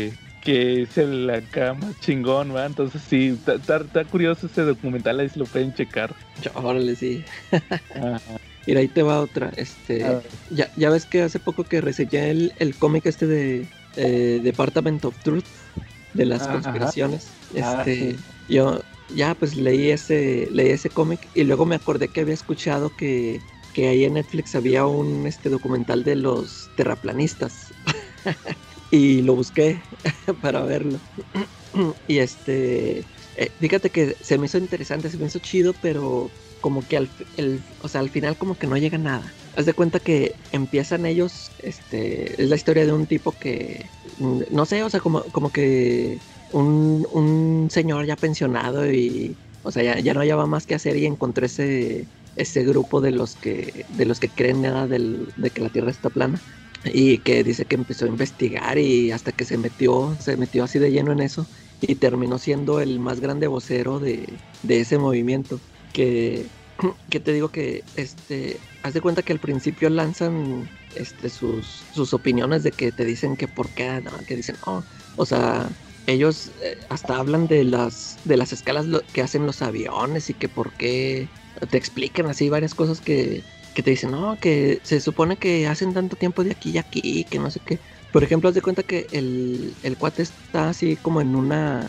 S4: que es el acá más chingón, ¿va? Entonces sí, está curioso ese documental, ahí se lo pueden checar.
S6: Órale, sí.
S4: Ajá.
S6: Mira, ahí te va otra. Ya ves que hace poco que reseñé el cómic de Department of Truth, de las conspiraciones.
S4: Sí.
S6: Yo ya pues leí ese cómic y luego me acordé que había escuchado que ahí en Netflix había un documental de los terraplanistas. Y lo busqué para verlo. Y fíjate que se me hizo interesante, se me hizo chido, pero como que al final como que no llega a nada. Haz de cuenta que empiezan ellos, es la historia de un tipo que, no sé, o sea, como que un señor ya pensionado y, o sea, ya no hallaba más que hacer y encontré ese grupo de los que creen nada de que la Tierra está plana. Y que dice que empezó a investigar y hasta que se metió así de lleno en eso y terminó siendo el más grande vocero de ese movimiento. Que te digo que haz de cuenta que al principio lanzan sus opiniones de que te dicen que por qué, no, que dicen, o sea, ellos hasta hablan de las escalas que hacen los aviones y que por qué, te explican así varias cosas que te dicen, no, que se supone que hacen tanto tiempo de aquí y aquí, que no sé qué. Por ejemplo, haz de cuenta que el cuate está así como en una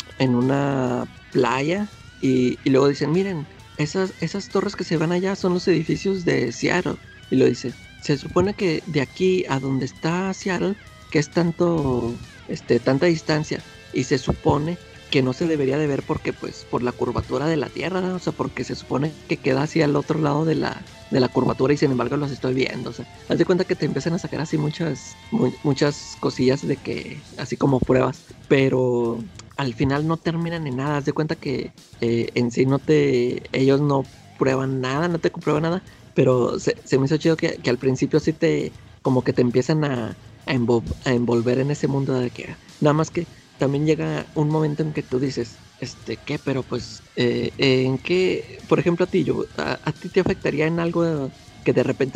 S6: playa y luego dicen, miren, esas torres que se van allá son los edificios de Seattle. Y lo dice, se supone que de aquí a donde está Seattle, que es tanta distancia, y se supone que no se debería de ver porque pues por la curvatura de la Tierra, ¿no? O sea, porque se supone que queda hacia el otro lado de la curvatura y sin embargo los estoy viendo. O sea, haz de cuenta que te empiezan a sacar así muchas cosillas de que, así como pruebas, pero al final no terminan en nada. Haz de cuenta que en sí ellos no prueban nada, no te comprueban nada, pero se me hizo chido que al principio sí como que te empiezan a envolver en ese mundo de que nada más que también llega un momento en que tú dices, ¿qué? Pero pues, ¿en qué? Por ejemplo, a ti te afectaría en algo que de repente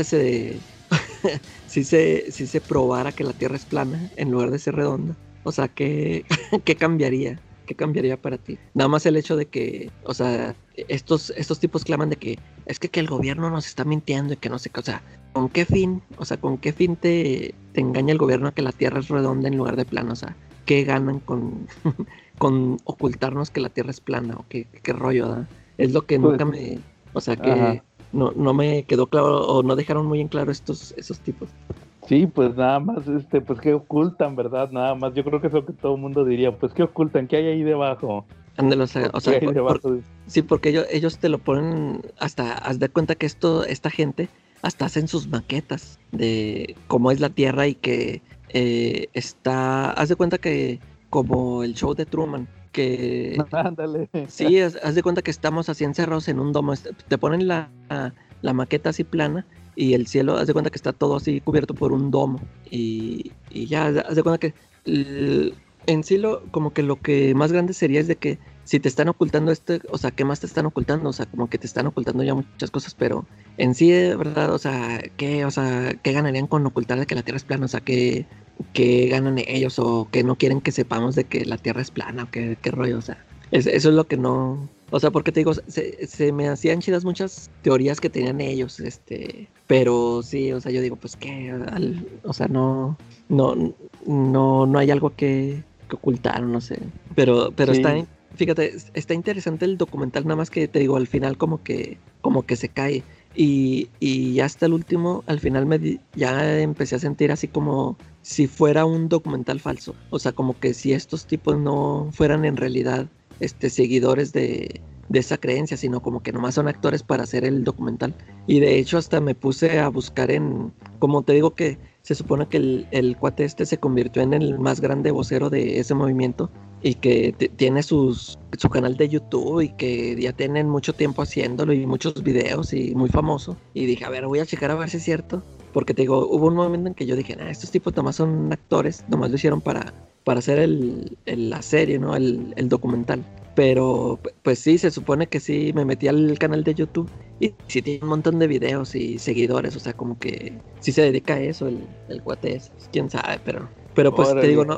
S6: si se probara que la Tierra es plana en lugar de ser redonda. O sea, ¿qué cambiaría? ¿Qué cambiaría para ti? Nada más el hecho de que, o sea, estos tipos claman de que es que el gobierno nos está mintiendo y que no sé qué, o sea, ¿con qué fin? O sea, ¿con qué fin te engaña el gobierno a que la Tierra es redonda en lugar de plana? O sea, ¿qué ganan con ocultarnos que la Tierra es plana? ¿O qué rollo, da? Es lo que nunca me... O sea, que no me quedó claro o no dejaron muy en claro esos tipos.
S4: Sí, pues nada más, pues qué ocultan, ¿verdad? Nada más, yo creo que es lo que todo el mundo diría, pues qué ocultan, ¿qué hay ahí debajo?
S6: Ándale, o sea, sí, porque ellos te lo ponen hasta, haz de cuenta que esta gente hasta hacen sus maquetas de cómo es la Tierra y que haz de cuenta que como el show de Truman, que
S4: ándale.
S6: Sí, haz de cuenta que estamos así encerrados en un domo, te ponen la maqueta así plana y el cielo, haz de cuenta que está todo así cubierto por un domo y ya, haz de cuenta que en sí como que lo que más grande sería es de que si te están ocultando o sea, ¿qué más te están ocultando? O sea, como que te están ocultando ya muchas cosas, pero en sí, ¿verdad? O sea, ¿qué ganarían con ocultar de que la Tierra es plana? O sea, ¿qué ganan ellos? ¿O que no quieren que sepamos de que la Tierra es plana? ¿O qué rollo? O sea, eso es lo que no... O sea, porque te digo, se me hacían chidas muchas teorías que tenían ellos, pero sí, o sea, yo digo, pues qué, o sea, no hay algo que ocultar, no sé, pero sí. Fíjate, está interesante el documental, nada más que te digo, al final como que se cae y ya hasta el último, al final ya empecé a sentir así como si fuera un documental falso, o sea, como que si estos tipos no fueran en realidad seguidores de esa creencia, sino como que nomás son actores para hacer el documental. Y de hecho hasta me puse a buscar como te digo que se supone que el cuate se convirtió en el más grande vocero de ese movimiento y que tiene su canal de YouTube y que ya tienen mucho tiempo haciéndolo y muchos videos y muy famoso. Y dije, a ver, voy a checar a ver si es cierto, porque te digo, hubo un momento en que yo dije, estos tipos nomás son actores, nomás lo hicieron para hacer la serie, ¿no? El documental. Pero pues sí, se supone que sí, me metí al canal de YouTube y sí tiene un montón de videos y seguidores, o sea, como que sí se dedica a eso el cuate ese, quién sabe, Pero pues
S4: Órale.
S6: te digo,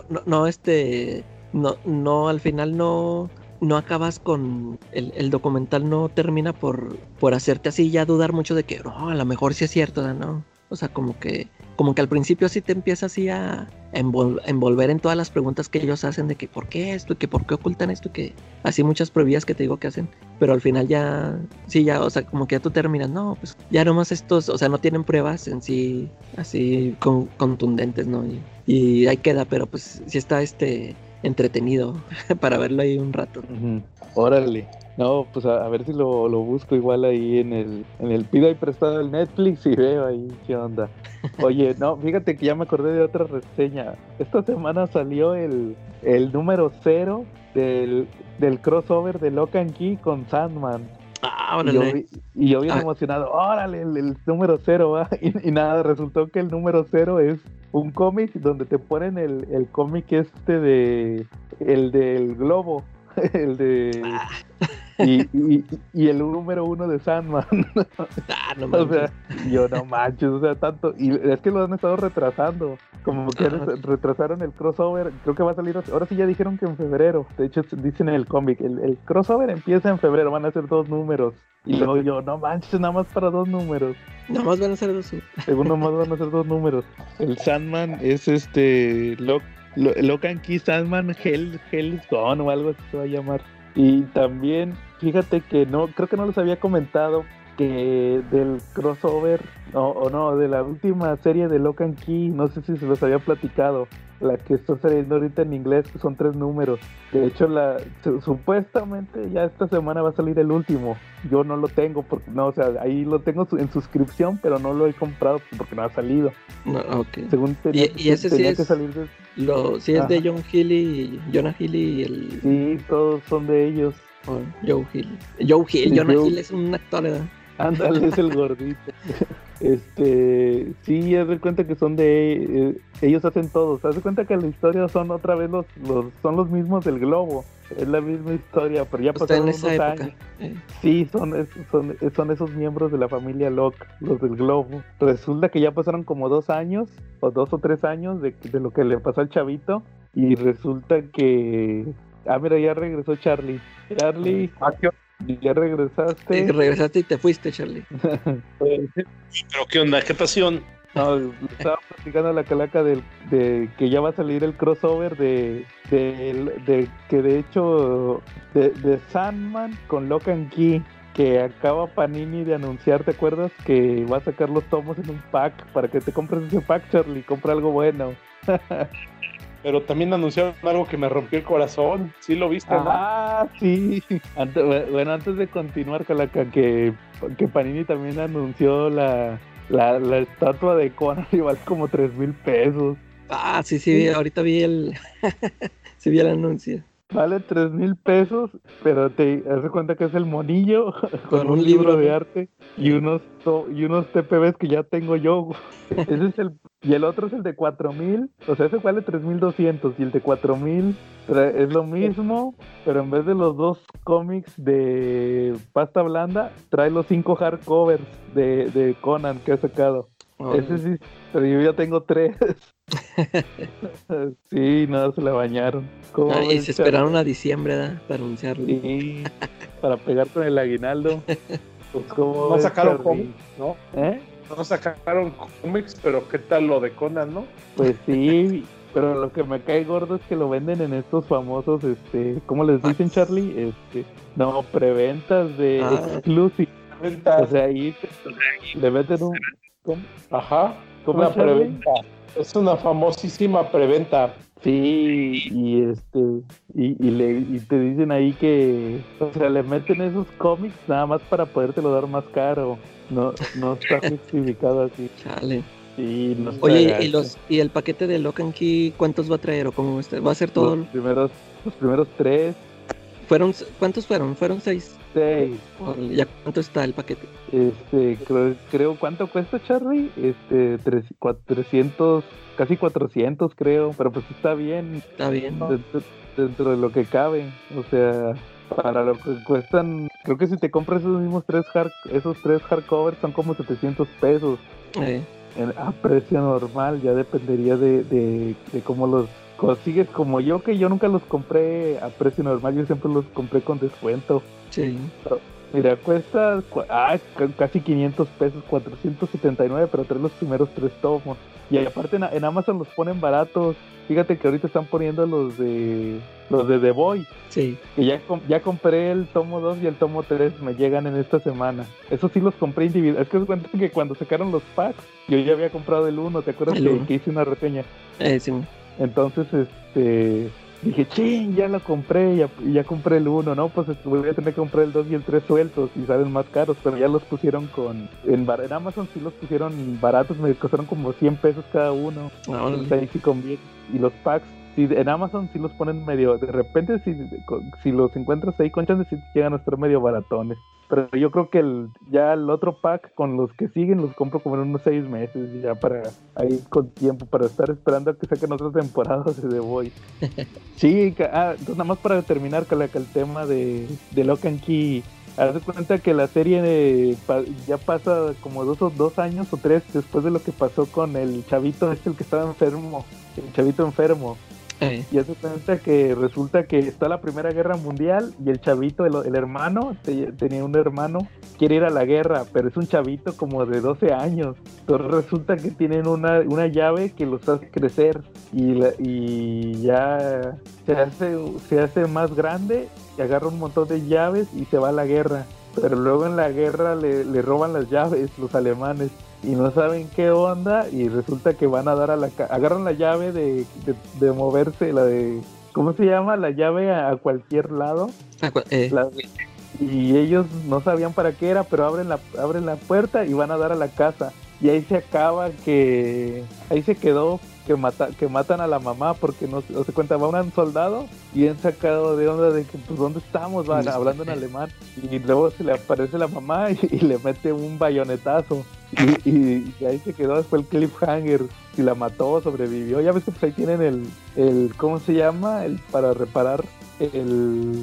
S6: no, al final no acabas con el documental, no termina por hacerte así ya dudar mucho de que no, a lo mejor sí es cierto, ¿no? O sea, como que al principio sí te empieza así a envolver en todas las preguntas que ellos hacen de que por qué esto, que por qué ocultan esto, que así muchas prohibidas que te digo que hacen, pero al final ya, sí, ya, o sea, como que ya tú terminas, no, pues ya nomás estos, o sea, no tienen pruebas en sí así contundentes, ¿no? Y ahí queda, pero pues sí está entretenido para verlo ahí un rato.
S4: Ujú. Órale. No, pues a ver si lo busco igual ahí en el pido ahí prestado el Netflix y veo ahí qué onda. Oye, no, fíjate que ya me acordé de otra reseña. Esta semana salió el número 0 del crossover de Lock and Key con Sandman.
S6: Ah,
S4: Y yo,
S6: órale.
S4: y yo bien
S6: Ah.
S4: emocionado, órale, el número 0, ¿va? Y nada, resultó que el número 0 es un cómic donde te ponen el cómic el del globo, el de... Y el número 1 de Sandman.
S6: Ah, no
S4: O
S6: manches.
S4: sea, yo no manches, o sea, tanto. Y es que lo han estado retrasando. Como que retrasaron el crossover. Creo que va a salir. Ahora sí ya dijeron que en febrero. De hecho, dicen en el cómic. El crossover empieza en febrero. Van a ser 2 números. Y luego yo, no manches, nada más para 2 números.
S6: Nada más van a ser dos.
S4: Según nomás van a ser 2 números. El Sandman es Lock and Key Sandman Hell's Gone o algo así se va a llamar. Y también, fíjate que creo que no les había comentado que del crossover, de la última serie de Lock and Key, no sé si se los había platicado, la que está saliendo ahorita en inglés, que son 3 números. De hecho, supuestamente ya esta semana va a salir el último. Yo no lo tengo, porque no, o sea, ahí lo tengo en suscripción, pero no lo he comprado porque no ha salido.
S6: No, ok.
S4: Según
S6: Y ese sí
S4: tenía
S6: es
S4: que salir de...
S6: sí es de
S4: Ajá.
S6: Jonah Healy y el
S4: Sí, todos son de ellos.
S6: Joe Hill. Joe Hill,
S4: Sí,
S6: Jonah
S4: Joe.
S6: Hill es un actor, ¿verdad?
S4: Ándale, es el gordito. Sí, haz de cuenta que son ellos hacen todo. Haz de cuenta que la historia son otra vez son los mismos del globo. Es la misma historia, pero ya
S6: Está
S4: pasaron
S6: en esa
S4: unos
S6: época.
S4: años. Sí, son esos miembros de la familia Locke, los del globo. Resulta que ya pasaron como 2 años, o 2 o 3 años de lo que le pasó al chavito. Y resulta que... Ah, mira, ya regresó Charlie. Charlie, ya regresaste.
S6: Regresaste y te fuiste, Charlie.
S5: Pero ¿qué onda? ¿Qué pasión?
S4: No, estaba platicando a la calaca de que ya va a salir el crossover de que de hecho de Sandman con Lock and Key, que acaba Panini de anunciar, ¿te acuerdas? Que va a sacar los tomos en un pack para que te compres ese pack, Charlie, compra algo bueno.
S5: Pero también anunciaron algo que me rompió el corazón. ¿Sí lo viste, no?
S4: Ah, sí. Antes de continuar, calaca, que Panini también anunció la estatua de Conan y vale como 3,000 pesos.
S6: Ah, sí, ahorita vi sí vi el anuncio.
S4: Vale 3,000 pesos, pero te das cuenta que es el monillo con
S6: un
S4: un libro de
S6: ¿no?
S4: arte y unos TPBs que ya tengo yo. Ese es y el otro es el de 4,000, o sea, ese vale 3,200 y el de 4,000 es lo mismo, pero en vez de los 2 cómics de pasta blanda, trae los 5 hardcovers de Conan que ha sacado. Ese sí, pero yo ya tengo 3. Sí, no, se la bañaron.
S6: Y se esperaron a diciembre, ¿verdad? Para anunciarlo.
S4: Sí, para pegar con el aguinaldo. Pues, ¿cómo
S5: No
S4: ves,
S5: sacaron
S4: Charlie?
S5: cómics, ¿no? No sacaron cómics, pero ¿qué tal lo de Conan, no?
S4: Pues sí, pero lo que me cae gordo es que lo venden en estos famosos, ¿cómo les dicen, Charlie? No, preventas de exclusive. O sea, ahí le meten un... ¿Cómo?
S5: Ajá,
S4: ¿Cómo,
S5: una
S4: Charlie?
S5: preventa. Es una famosísima preventa.
S4: Sí, y te dicen ahí que, o sea, le meten esos cómics nada más para podértelo dar más caro. No está justificado así.
S6: Chale.
S4: Sí, no está
S6: Oye,
S4: gacho.
S6: ¿y el paquete de Lock and Key cuántos va a traer o cómo está? ¿Va a ser todo?
S4: Los primeros 3,
S6: ¿Cuántos fueron? ¿Fueron 6?
S4: 6.
S6: ¿Ya cuánto está el paquete?
S4: Creo, ¿cuánto cuesta, Charlie? 300, casi 400, creo, pero pues está bien
S6: Está bien.
S4: dentro de lo que cabe. O sea, para lo que cuestan, creo que si te compras esos mismos esos tres hardcovers son como 700 pesos. a precio normal, ya dependería de cómo los consigues, como yo, que yo nunca los compré a precio normal, yo siempre los compré con descuento.
S6: Sí.
S4: Mira, cuesta casi 500 pesos, 479, pero trae los primeros 3 tomos. Y aparte en Amazon los ponen baratos. Fíjate que ahorita están poniendo los de The Boy.
S6: Sí.
S4: Que ya compré el tomo 2 y el tomo 3, me llegan en esta semana. Eso sí los compré individual. Es que se cuenta que cuando sacaron los packs, yo ya había comprado el 1, ¿te acuerdas que hice una reseña?
S6: Sí.
S4: Entonces, dije, ching, ya lo compré, ya compré el 1, ¿no? Pues voy a tener que comprar el 2 y el 3 sueltos y salen más caros, pero ya los pusieron en Amazon sí los pusieron baratos, me costaron como 100 pesos cada uno. Entonces ahí sí conviene. Y los packs, sí, en Amazon sí los ponen medio, de repente si los encuentras ahí con chance sí llegan a estar medio baratones. Pero yo creo que el otro pack con los que siguen los compro como en unos 6 meses, ya para ahí con tiempo, para estar esperando a que saquen otras temporadas de The Boys. Sí, entonces nada más para terminar con el tema de Lock and Key. Haz de cuenta que la serie ya pasa como 2 años o 3 después de lo que pasó con el chavito el que estaba enfermo, el chavito enfermo. Y hace cuenta que resulta que está la Primera Guerra Mundial y el chavito, el hermano, tenía un hermano, quiere ir a la guerra, pero es un chavito como de 12 años. Entonces resulta que tienen una llave que los hace crecer y ya se hace más grande y agarra un montón de llaves y se va a la guerra. Pero luego en la guerra le roban las llaves los alemanes y no saben qué onda y resulta que van a dar agarran la llave de moverse, la de, ¿cómo se llama? La llave a cualquier lado. Y ellos no sabían para qué era, pero abren la puerta y van a dar a la casa. Y ahí se acaba ahí se quedó que matan a la mamá porque no se cuenta, va un soldado y bien sacado de onda de que pues ¿dónde estamos? Van hablando en alemán y luego se le aparece la mamá y le mete un bayonetazo y ahí se quedó después el cliffhanger, si la mató, sobrevivió. Ya ves que pues ahí tienen el ¿cómo se llama? El para reparar el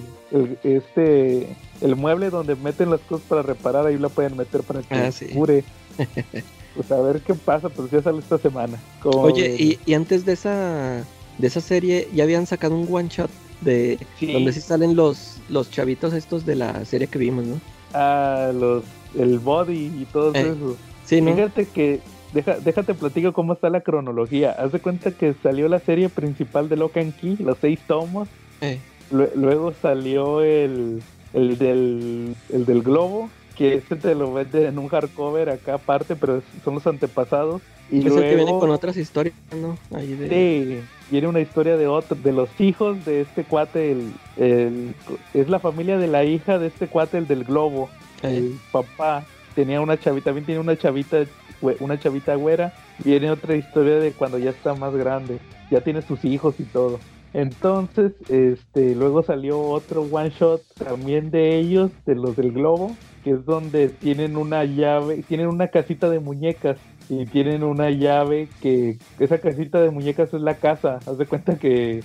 S4: mueble donde meten las cosas para reparar, ahí la pueden meter para que cure. Pues a ver qué pasa, pues ya sale esta semana.
S6: Oye, y antes de esa serie ya habían sacado un one shot donde sí salen los chavitos estos de la serie que vimos, ¿no?
S4: El body y todo eso.
S6: Sí, ¿no?
S4: Fíjate que déjate platico cómo está la cronología. Haz de cuenta que salió la serie principal de Lock and Key, los 6 tomos. Luego salió el del globo, que te lo venden en un hardcover acá aparte, pero son los antepasados. Y
S6: es
S4: luego,
S6: el que viene con otras historias, ¿no?
S4: Sí, viene una historia de los hijos de este cuate, es la familia de la hija de este cuate, el del globo. El papá tenía también tiene una chavita güera. Viene otra historia de cuando ya está más grande, ya tiene sus hijos y todo. Entonces, luego salió otro one shot también de ellos, de los del globo, que es donde tienen una llave, tienen una casita de muñecas y tienen una llave que esa casita de muñecas es la casa. Haz de cuenta que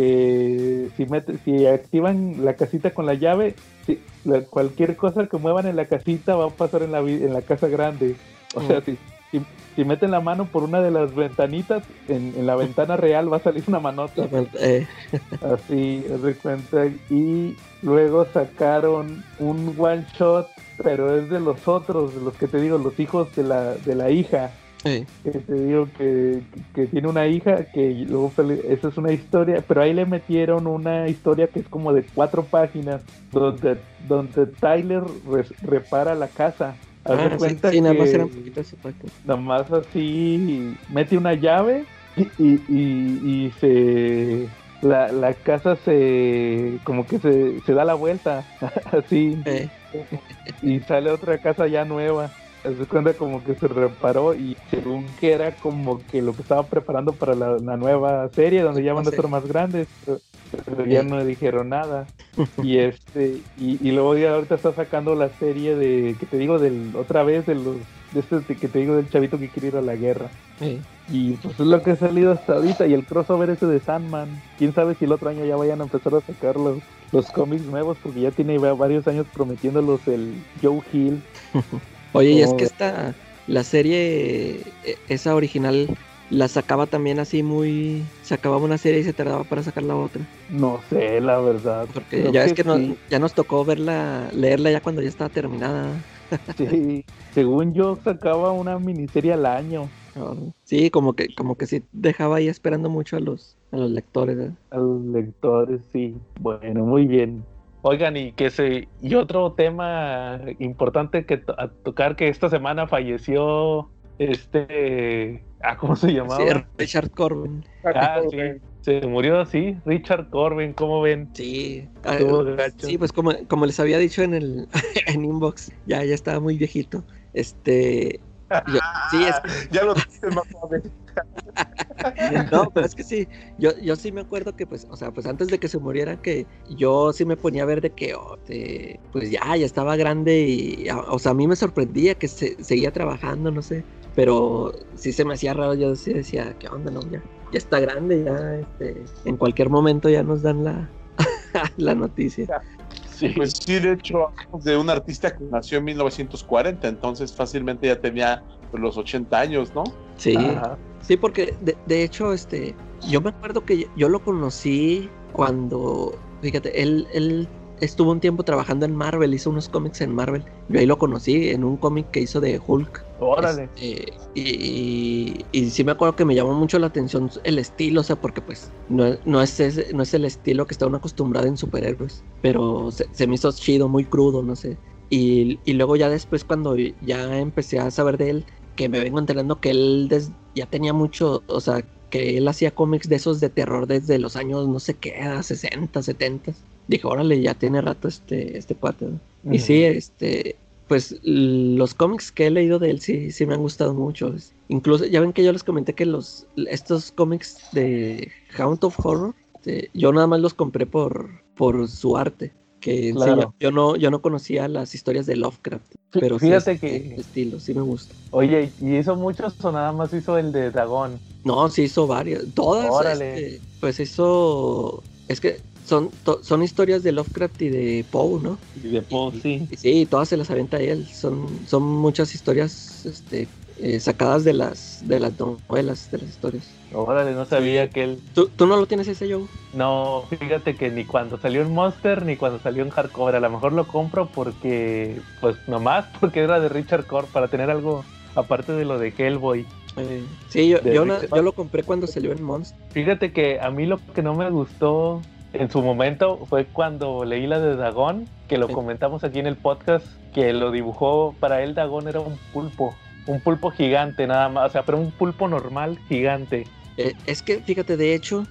S4: si activan la casita con la llave, cualquier cosa que muevan en la casita va a pasar en la casa grande. O sea, si meten la mano por una de las ventanitas, en la ventana real va a salir una manota. Así, haz de cuenta. Y luego sacaron un one shot, pero es de los otros, de los que te digo, los hijos de la hija. Que te digo que tiene una hija, que luego esa es una historia, pero ahí le metieron una historia que es como de 4 páginas, donde Tyler repara la casa. Haz de cuenta que
S6: nada más eran poquitas páginas.
S4: Nada más así mete una llave y la casa como que se da la vuelta así y sale otra casa ya nueva. Se cuenta como que se reparó y según que era como que lo que estaba preparando para la nueva serie donde ya van a ser más grandes, pero ya no dijeron nada. Y luego ya ahorita está sacando la serie que te digo otra vez que te digo del chavito que quiere ir a la guerra. Y pues es lo que ha salido hasta ahorita. Y el crossover ese de Sandman, quién sabe si el otro año ya vayan a empezar a sacar los cómics nuevos, porque ya tiene varios años prometiéndolos el Joe Hill.
S6: Oye, y es que la serie esa original la sacaba también así muy... Se acababa una serie y se tardaba para sacar la otra.
S4: No sé, la verdad.
S6: Porque
S4: Creo
S6: ya es que
S4: sí.
S6: ya nos tocó leerla ya cuando ya estaba terminada.
S4: Sí, según yo sacaba una miniserie al año.
S6: Sí, como que sí dejaba ahí esperando mucho a los lectores, ¿eh?
S4: A los lectores, sí. Bueno, muy bien. Oigan, y otro tema importante que a tocar, que esta semana falleció ¿cómo se
S6: Sí,
S4: llamaba?
S6: Richard Corbin.
S4: Sí, se murió así, Richard Corbin, ¿cómo ven?
S6: Sí,
S4: Estuvo gacho.
S6: sí, pues como les había dicho en el en inbox, ya estaba muy viejito. Sí, es que...
S5: Ya lo dices más suave.
S6: No, pero es que sí, yo sí me acuerdo que pues, o sea, pues antes de que se muriera, que yo sí me ponía a ver de que, pues ya estaba grande y, o sea, a mí me sorprendía que seguía trabajando, no sé, pero sí se me hacía raro, yo sí decía, ¿qué onda, no? Ya está grande, ya, en cualquier momento ya nos dan la noticia.
S4: Sí.
S5: Pues sí, de hecho, hablamos de un artista que nació en 1940, entonces fácilmente ya tenía los 80 años, ¿no?
S6: Sí.
S4: Ajá.
S6: Sí, porque de hecho, yo me acuerdo que yo lo conocí cuando, fíjate, él estuvo un tiempo trabajando en Marvel, hizo unos cómics en Marvel. Yo ahí lo conocí en un cómic que hizo de Hulk.
S4: Órale.
S6: Y sí me acuerdo que me llamó mucho la atención el estilo, o sea, porque pues no es el estilo que estaban acostumbrados en superhéroes, pero se me hizo chido, muy crudo, no sé. Y luego ya después cuando ya empecé a saber de él, que me vengo enterando que él ya tenía mucho, o sea, que él hacía cómics de esos de terror desde los años, no sé qué, 60, 70. Dije, órale, ya tiene rato este cuate, ¿no? Y sí, pues los cómics que he leído de él sí me han gustado mucho. Incluso, ya ven que yo les comenté que estos cómics de Hound of Horror, yo nada más los compré por su arte. Que en
S4: Claro.
S6: sí, yo no conocía las historias de Lovecraft, pero
S4: Fíjate
S6: sí,
S4: que...
S6: estilo, sí me gusta.
S4: Oye, ¿y hizo muchos o nada más hizo el de Dragón?
S6: No, sí hizo varias, todas,
S4: Órale.
S6: pues hizo, es que son historias de Lovecraft y de Poe, ¿no?
S4: Y de Poe, sí.
S6: Y sí, todas se las avienta él, son muchas historias, sacadas de las novelas, de las historias.
S4: Órale, no sabía que él...
S6: ¿Tú no lo tienes ese, Joe?
S4: No, fíjate que ni cuando salió en Monster ni cuando salió en Hardcover. A lo mejor lo compro porque, pues nomás porque era de Richard Core, para tener algo aparte de lo de Hellboy.
S6: Sí, yo lo compré cuando salió en Monster.
S4: Fíjate que a mí lo que no me gustó en su momento fue cuando leí la de Dagon, que lo comentamos aquí en el podcast, que lo dibujó, para él Dagon era un pulpo gigante nada más, o sea, pero un pulpo normal gigante.
S6: Es que, fíjate, de hecho,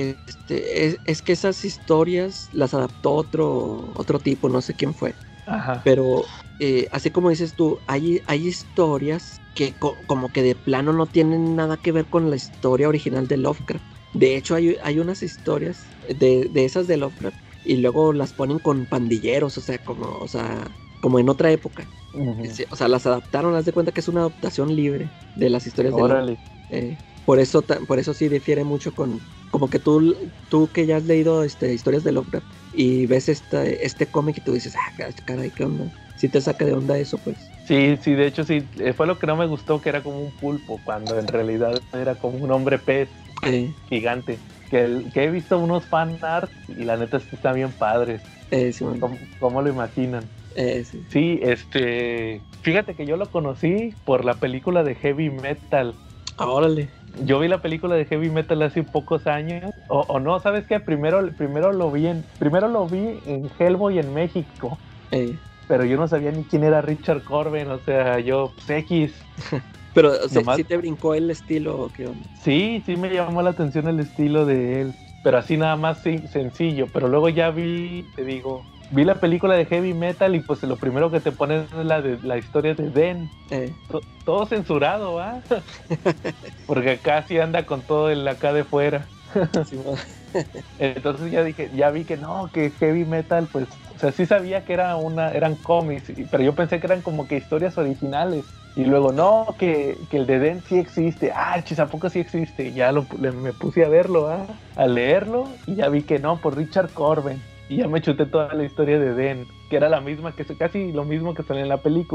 S6: es que esas historias las adaptó otro tipo, no sé quién fue.
S4: Ajá.
S6: Pero así como dices tú, hay historias que como que de plano no tienen nada que ver con la historia original de Lovecraft. De hecho, hay unas historias de esas de Lovecraft y luego las ponen con pandilleros, o sea, como en otra época.
S4: Uh-huh.
S6: O sea, las adaptaron, haz de cuenta que es una adaptación libre de las historias de
S4: Órale.
S6: Lovecraft. Por eso sí difiere mucho como que tú que ya has leído historias de Lovecraft y ves este cómic y tú dices, caray, ¿qué onda? Sí te saca de onda eso, pues.
S4: Sí, de hecho sí, fue lo que no me gustó, que era como un pulpo, cuando en realidad era como un hombre pez gigante. Que he visto unos fan art y la neta están bien padres.
S6: Sí, bueno.
S4: ¿Cómo lo imaginan?
S6: Sí.
S4: Sí, fíjate que yo lo conocí por la película de Heavy Metal.
S6: Órale.
S4: Yo vi la película de Heavy Metal hace pocos años, o no, ¿sabes qué? Primero lo vi en Hellboy en México, pero yo no sabía ni quién era Richard Corbin, o sea, yo, pues, X.
S6: Pero ¿sí te brincó el estilo? ¿Qué onda?
S4: Sí, me llamó la atención el estilo de él, pero así nada más sencillo, pero luego ya vi la película de Heavy Metal y pues lo primero que te ponen es la historia de Den. Todo censurado, ¿ah? Porque acá sí anda con todo el acá de fuera.
S6: Sí,
S4: Entonces ya vi que no, que Heavy Metal, pues, o sea, sí sabía que eran cómics, pero yo pensé que eran como que historias originales. Y luego, no, que el de Den sí existe. ¿A poco sí existe? Y ya me puse a verlo, a leerlo, y ya vi que no, por Richard Corbin. Y ya me chuté toda la historia de Den, que era casi lo mismo que sale en la película.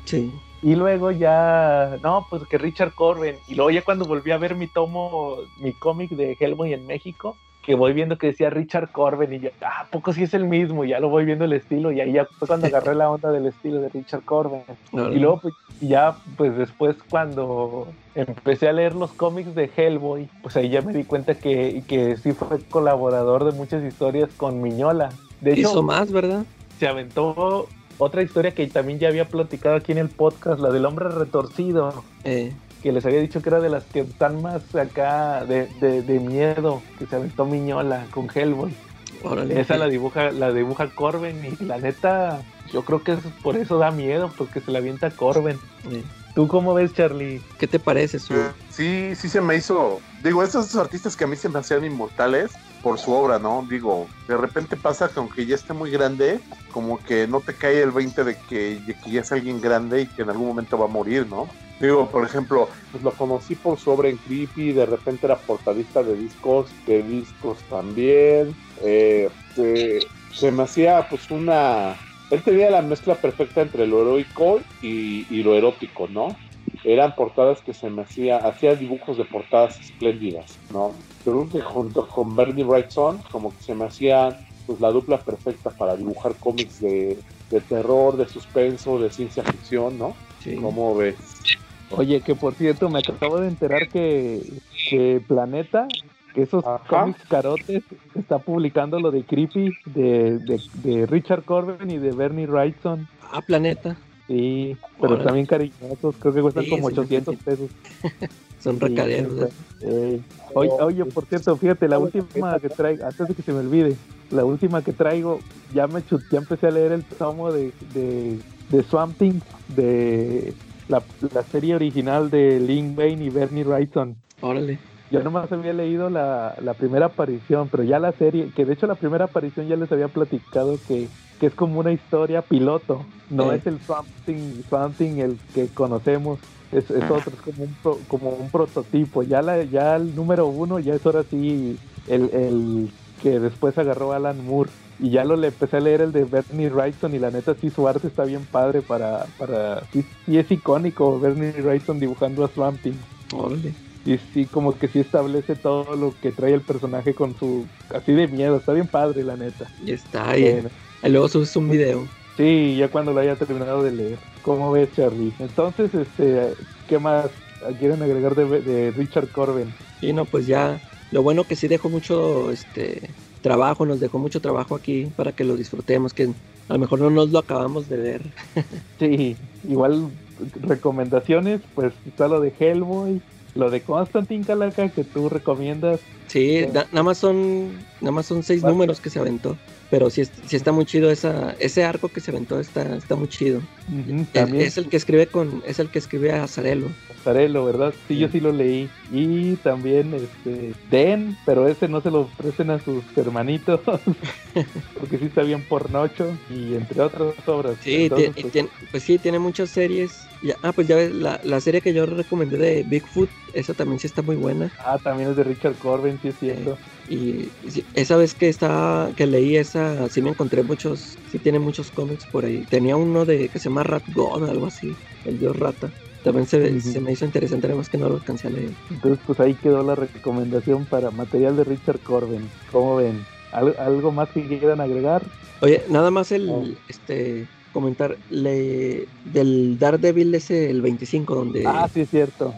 S6: Sí.
S4: Y luego ya, no, pues que Richard Corben. Y luego ya cuando volví a ver mi cómic de Hellboy en México, que voy viendo que decía Richard Corben y yo, ¿a poco sí es el mismo? Y ya lo voy viendo el estilo y ahí ya fue cuando agarré la onda del estilo de Richard Corben. Y luego pues ya, pues después cuando empecé a leer los cómics de Hellboy, pues ahí ya me di cuenta que sí fue colaborador de muchas historias con Miñola. De hecho,
S6: hizo más, ¿verdad?
S4: Se aventó otra historia que también ya había platicado aquí en el podcast, la del hombre retorcido, que les había dicho que era de las que están más acá de miedo, que se aventó Miñola con Hellboy.
S6: Órale.
S4: Esa la dibuja Corben y la neta, yo creo que por eso da miedo, porque se la avienta Corben. ¿Tú cómo ves, Charlie?
S6: ¿Qué te parece su...?
S5: Sí se me hizo... Digo, esos artistas que a mí se me hacían inmortales por su obra, ¿no? Digo, de repente pasa que aunque ya esté muy grande, como que no te cae el 20 de que ya es alguien grande y que en algún momento va a morir, ¿no? Digo, por ejemplo, pues lo conocí por su obra en Creepy, de repente era portadista de discos también. Se me hacía pues una... Él tenía la mezcla perfecta entre lo heroico y lo erótico, ¿no? Eran portadas que se me hacía dibujos de portadas espléndidas, ¿no? Creo que junto con Bernie Wrightson, como que se me hacía pues la dupla perfecta para dibujar cómics de terror, de suspenso, de ciencia ficción, ¿no?
S6: Sí.
S5: ¿Cómo ves?
S4: Oye, que por cierto, me acabo de enterar que Planeta, que esos cómics carotes, está publicando lo de Creepy de Richard Corben y de Bernie Wrightson.
S6: Planeta.
S4: Sí, pero también cariñosos, creo que cuestan como
S6: sí,
S4: 800 pesos.
S6: Son recaderos.
S4: Oye, por cierto, fíjate, la última que traigo, antes de que se me olvide, la última que traigo, ya empecé a leer el tomo de Swamp Thing, de la serie original de Lin Bane y Bernie Wrightson.
S6: Órale.
S4: Yo nomás había leído la primera aparición, pero ya la serie, que de hecho la primera aparición ya les había platicado que es como una historia piloto, no es el Swamp Thing el que conocemos, es otro, es como un prototipo. Ya el número 1 ya es ahora sí el que después agarró Alan Moore. Y ya le empecé a leer el de Bernie Wrightson y la neta sí su arte está bien padre sí es icónico Bernie Wrightson dibujando a Swamp Thing.
S6: Órale.
S4: Y sí, como que sí establece todo lo que trae el personaje con su... así de miedo, está bien padre la neta.
S6: Y está ahí. Y luego subes un video.
S4: Sí, ya cuando lo haya terminado de leer. ¿Cómo ves, Charlie? Entonces, ¿qué más quieren agregar de Richard Corben?
S6: Y no, pues ya, lo bueno que sí dejó mucho trabajo, nos dejó mucho trabajo aquí para que lo disfrutemos, que a lo mejor no nos lo acabamos de ver.
S4: Sí, igual recomendaciones, pues está lo de Hellboy, lo de Constantine Calaca que tú recomiendas.
S6: Sí, nada más son 6 números que se aventó, pero sí está muy chido ese arco que se aventó, está muy chido. Es el que escribe a Zarello.
S4: Zarello, ¿verdad? Sí, yo sí lo leí. Y también Den, pero ese no se lo presten a sus hermanitos porque sí está bien pornocho y entre otras obras.
S6: Sí,
S4: entonces,
S6: pues sí, tiene muchas series. Pues ya ves, la serie que yo recomendé de Bigfoot, esa también sí está muy buena.
S4: También es de Richard Corben, sí es cierto.
S6: Y esa vez que leí esa, sí me encontré sí tiene muchos cómics por ahí. Tenía uno que se llama Rat God, algo así, el dios rata. También se me hizo interesante, además que no lo alcancé a leer.
S4: Entonces pues ahí quedó la recomendación para material de Richard Corben. ¿Cómo ven? ¿Algo más que quieran agregar?
S6: Oye, nada más comentar del Daredevil el 25 donde...
S4: sí es cierto.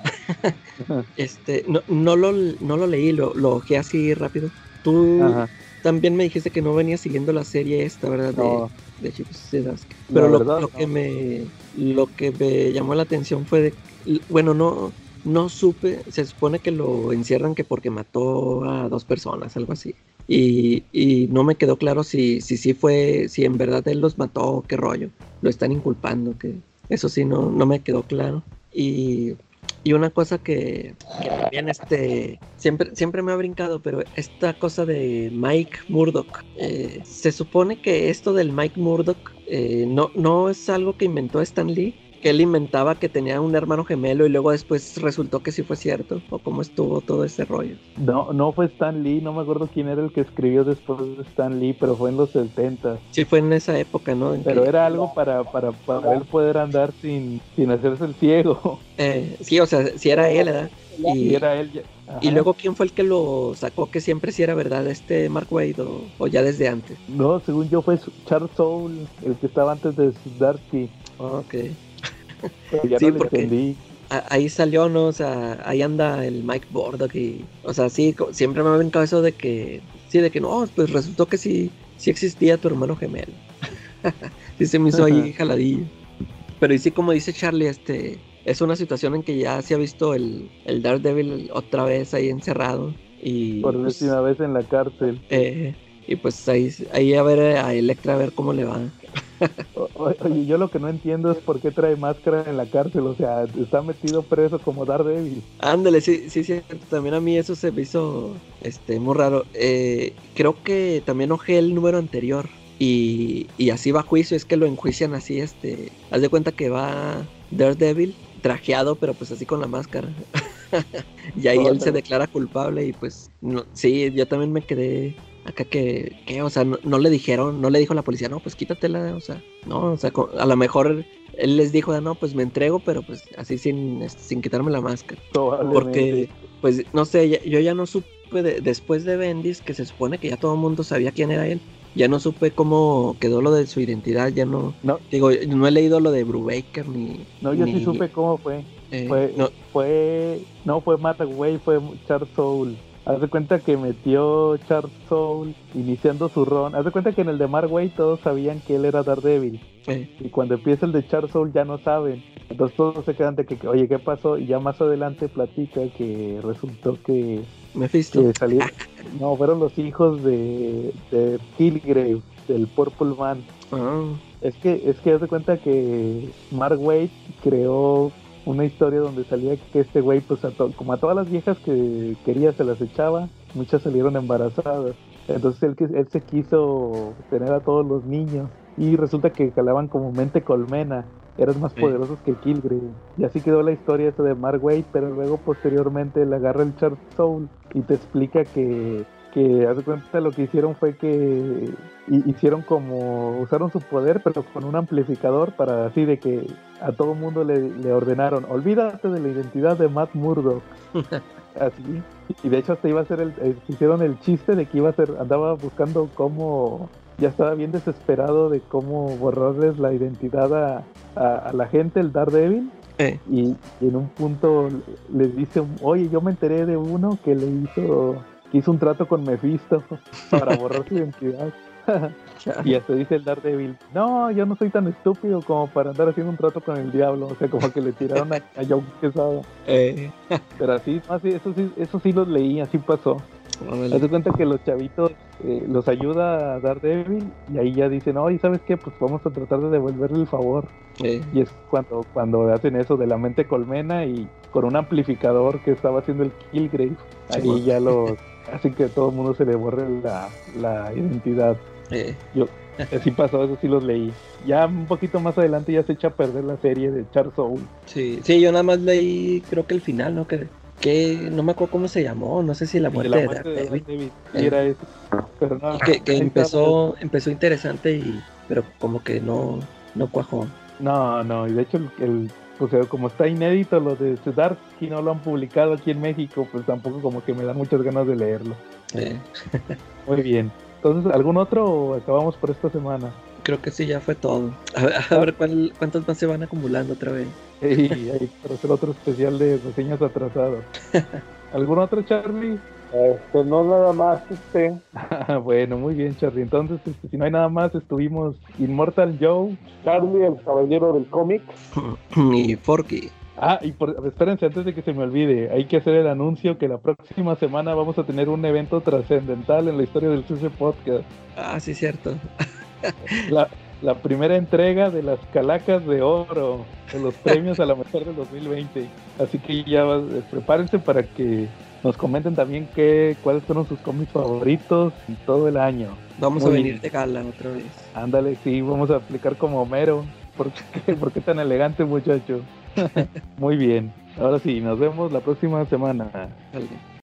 S6: no lo leí, lo ojeé así rápido. Tú también me dijiste que no venías siguiendo la serie esta, ¿verdad?
S4: No.
S6: De Chicos Sedas. Pero lo que me llamó la atención fue no supe, se supone que lo encierran que porque mató a 2 personas, algo así. Y no me quedó claro si en verdad él los mató o qué rollo. Lo están inculpando, que eso sí no me quedó claro. Y una cosa que también siempre me ha brincado, pero esta cosa de Mike Murdock, se supone que esto del Mike Murdock no es algo que inventó Stan Lee, que él inventaba que tenía un hermano gemelo y luego después resultó que sí fue cierto, o cómo estuvo todo ese rollo.
S4: No fue Stan Lee, no me acuerdo quién era el que escribió después de Stan Lee, pero fue en los 70.
S6: Sí, fue en esa época, ¿no?
S4: Pero era algo para él poder andar sin hacerse el ciego.
S6: Sí, o sea, sí era él, ¿verdad?
S4: Y era él.
S6: Y luego, ¿quién fue el que lo sacó que siempre sí era verdad? ¿Mark Waid o ya desde antes?
S4: No, según yo fue Charles Soule, el que estaba antes de Zdarsky.
S6: Ok.
S4: Pero ya
S6: Sí,
S4: no le
S6: porque
S4: entendí.
S6: ahí salió, ¿no? O sea, ahí anda el Mike Bordock y... O sea, sí, siempre me ha brincado eso de que... Sí, de que no, pues resultó que sí existía tu hermano gemelo. Sí se me hizo ahí jaladillo. Pero y sí, como dice Charlie, es una situación en que ya se ha visto el Daredevil otra vez ahí encerrado. Y
S4: Por
S6: pues,
S4: décima vez en la cárcel.
S6: y pues ahí a ver a Electra a ver cómo le va.
S4: Oye, yo lo que no entiendo es por qué trae máscara en la cárcel, o sea, está metido preso como Daredevil.
S6: Ándale, sí, cierto. También a mí eso se me hizo muy raro. Creo que también ojé el número anterior y así va a juicio, es que lo enjuician así, haz de cuenta que va Daredevil trajeado, pero pues así con la máscara. Y ahí él se declara culpable y pues no, sí, yo también me quedé acá que o sea, no le dijeron, no le dijo la policía, no, pues quítatela, o sea, no, o sea, a lo mejor él les dijo, no, pues me entrego, pero pues así sin quitarme la máscara. Porque, pues, no sé, yo ya no supe, después de Bendis, que se supone que ya todo el mundo sabía quién era él, ya no supe cómo quedó lo de su identidad, ya no. Digo, no he leído lo de Brubaker ni...
S4: No, yo sí supe cómo fue. No fue Matt Way, fue Charles Soule. Haz de cuenta que metió Charles Soule iniciando su ron. Haz de cuenta que en el de Mark Waid todos sabían que él era Daredevil. Y cuando empieza el de Charles Soule ya no saben. Entonces todos se quedan de que oye, ¿qué pasó? Y ya más adelante platica que resultó que salió. No, fueron los hijos de Killgrave, del Purple Man. Es que haz de cuenta que Mark Waid creó una historia donde salía que este güey, pues como a todas las viejas que quería se las echaba, muchas salieron embarazadas. Entonces él se quiso tener a todos los niños y resulta que jalaban como mente colmena, eran más poderosos que Killgrave. Y así quedó la historia esa de Mark Waid, pero luego posteriormente le agarra el Charles Soule y te explica que haz de cuenta lo que hicieron fue que hicieron como usaron su poder pero con un amplificador para así de que a todo mundo le ordenaron olvídate de la identidad de Matt Murdock. Así, y de hecho hasta iba a ser hicieron el chiste de que andaba buscando cómo, ya estaba bien desesperado de cómo borrarles la identidad a la gente, el Daredevil. Y en un punto les dice, oye, yo me enteré de uno que hizo un trato con Mephisto para borrar su identidad. Y hasta dice el Daredevil, no, yo no soy tan estúpido como para andar haciendo un trato con el diablo. O sea, como que le tiraron a John Quesada. Pero así, eso sí los leí, así pasó. Haz de cuenta que los chavitos los ayuda a Daredevil y ahí ya dicen, oye, ¿sabes qué? Pues vamos a tratar de devolverle el favor. Y es cuando hacen eso de la mente colmena y con un amplificador que estaba haciendo el Killgrave, ahí ya así que a todo el mundo se le borre la identidad. Así pasó, eso sí los leí. Ya un poquito más adelante ya se echa a perder la serie de Charles Soule.
S6: Sí, yo nada más leí, creo que el final, ¿no? Que no me acuerdo cómo se llamó, no sé si la muerte de Daredevil.
S4: Sí, era eso. Pero no,
S6: que empezó interesante pero como que no cuajó.
S4: No, y de hecho o sea, como está inédito lo de Zdarsky, no lo han publicado aquí en México, pues tampoco como que me dan muchas ganas de leerlo. Muy bien. Entonces, ¿algún otro o acabamos por esta semana?
S6: Creo que sí, ya fue todo. A ver cuántos más se van acumulando otra vez.
S4: Hay para hacer otro especial de reseñas atrasadas. ¿Algún otro, Charlie?
S5: No, nada más.
S4: Bueno, muy bien, Charlie. Entonces, si no hay nada más, estuvimos Immortal Joe,
S5: Charlie, el caballero del cómic,
S6: y Forky.
S4: Y espérense, antes de que se me olvide, hay que hacer el anuncio que la próxima semana vamos a tener un evento trascendental en la historia del CC Podcast.
S6: Sí, cierto.
S4: La primera entrega de las Calacas de Oro, de los premios a la mejor del 2020. Así que ya prepárense para que nos comenten también cuáles fueron sus cómics favoritos en todo el año.
S6: Vamos a venir de gala otra vez.
S4: Ándale, sí, vamos a aplicar como Homero. ¿Por qué tan elegante, muchacho? Muy bien. Ahora sí, nos vemos la próxima semana.
S6: Dale.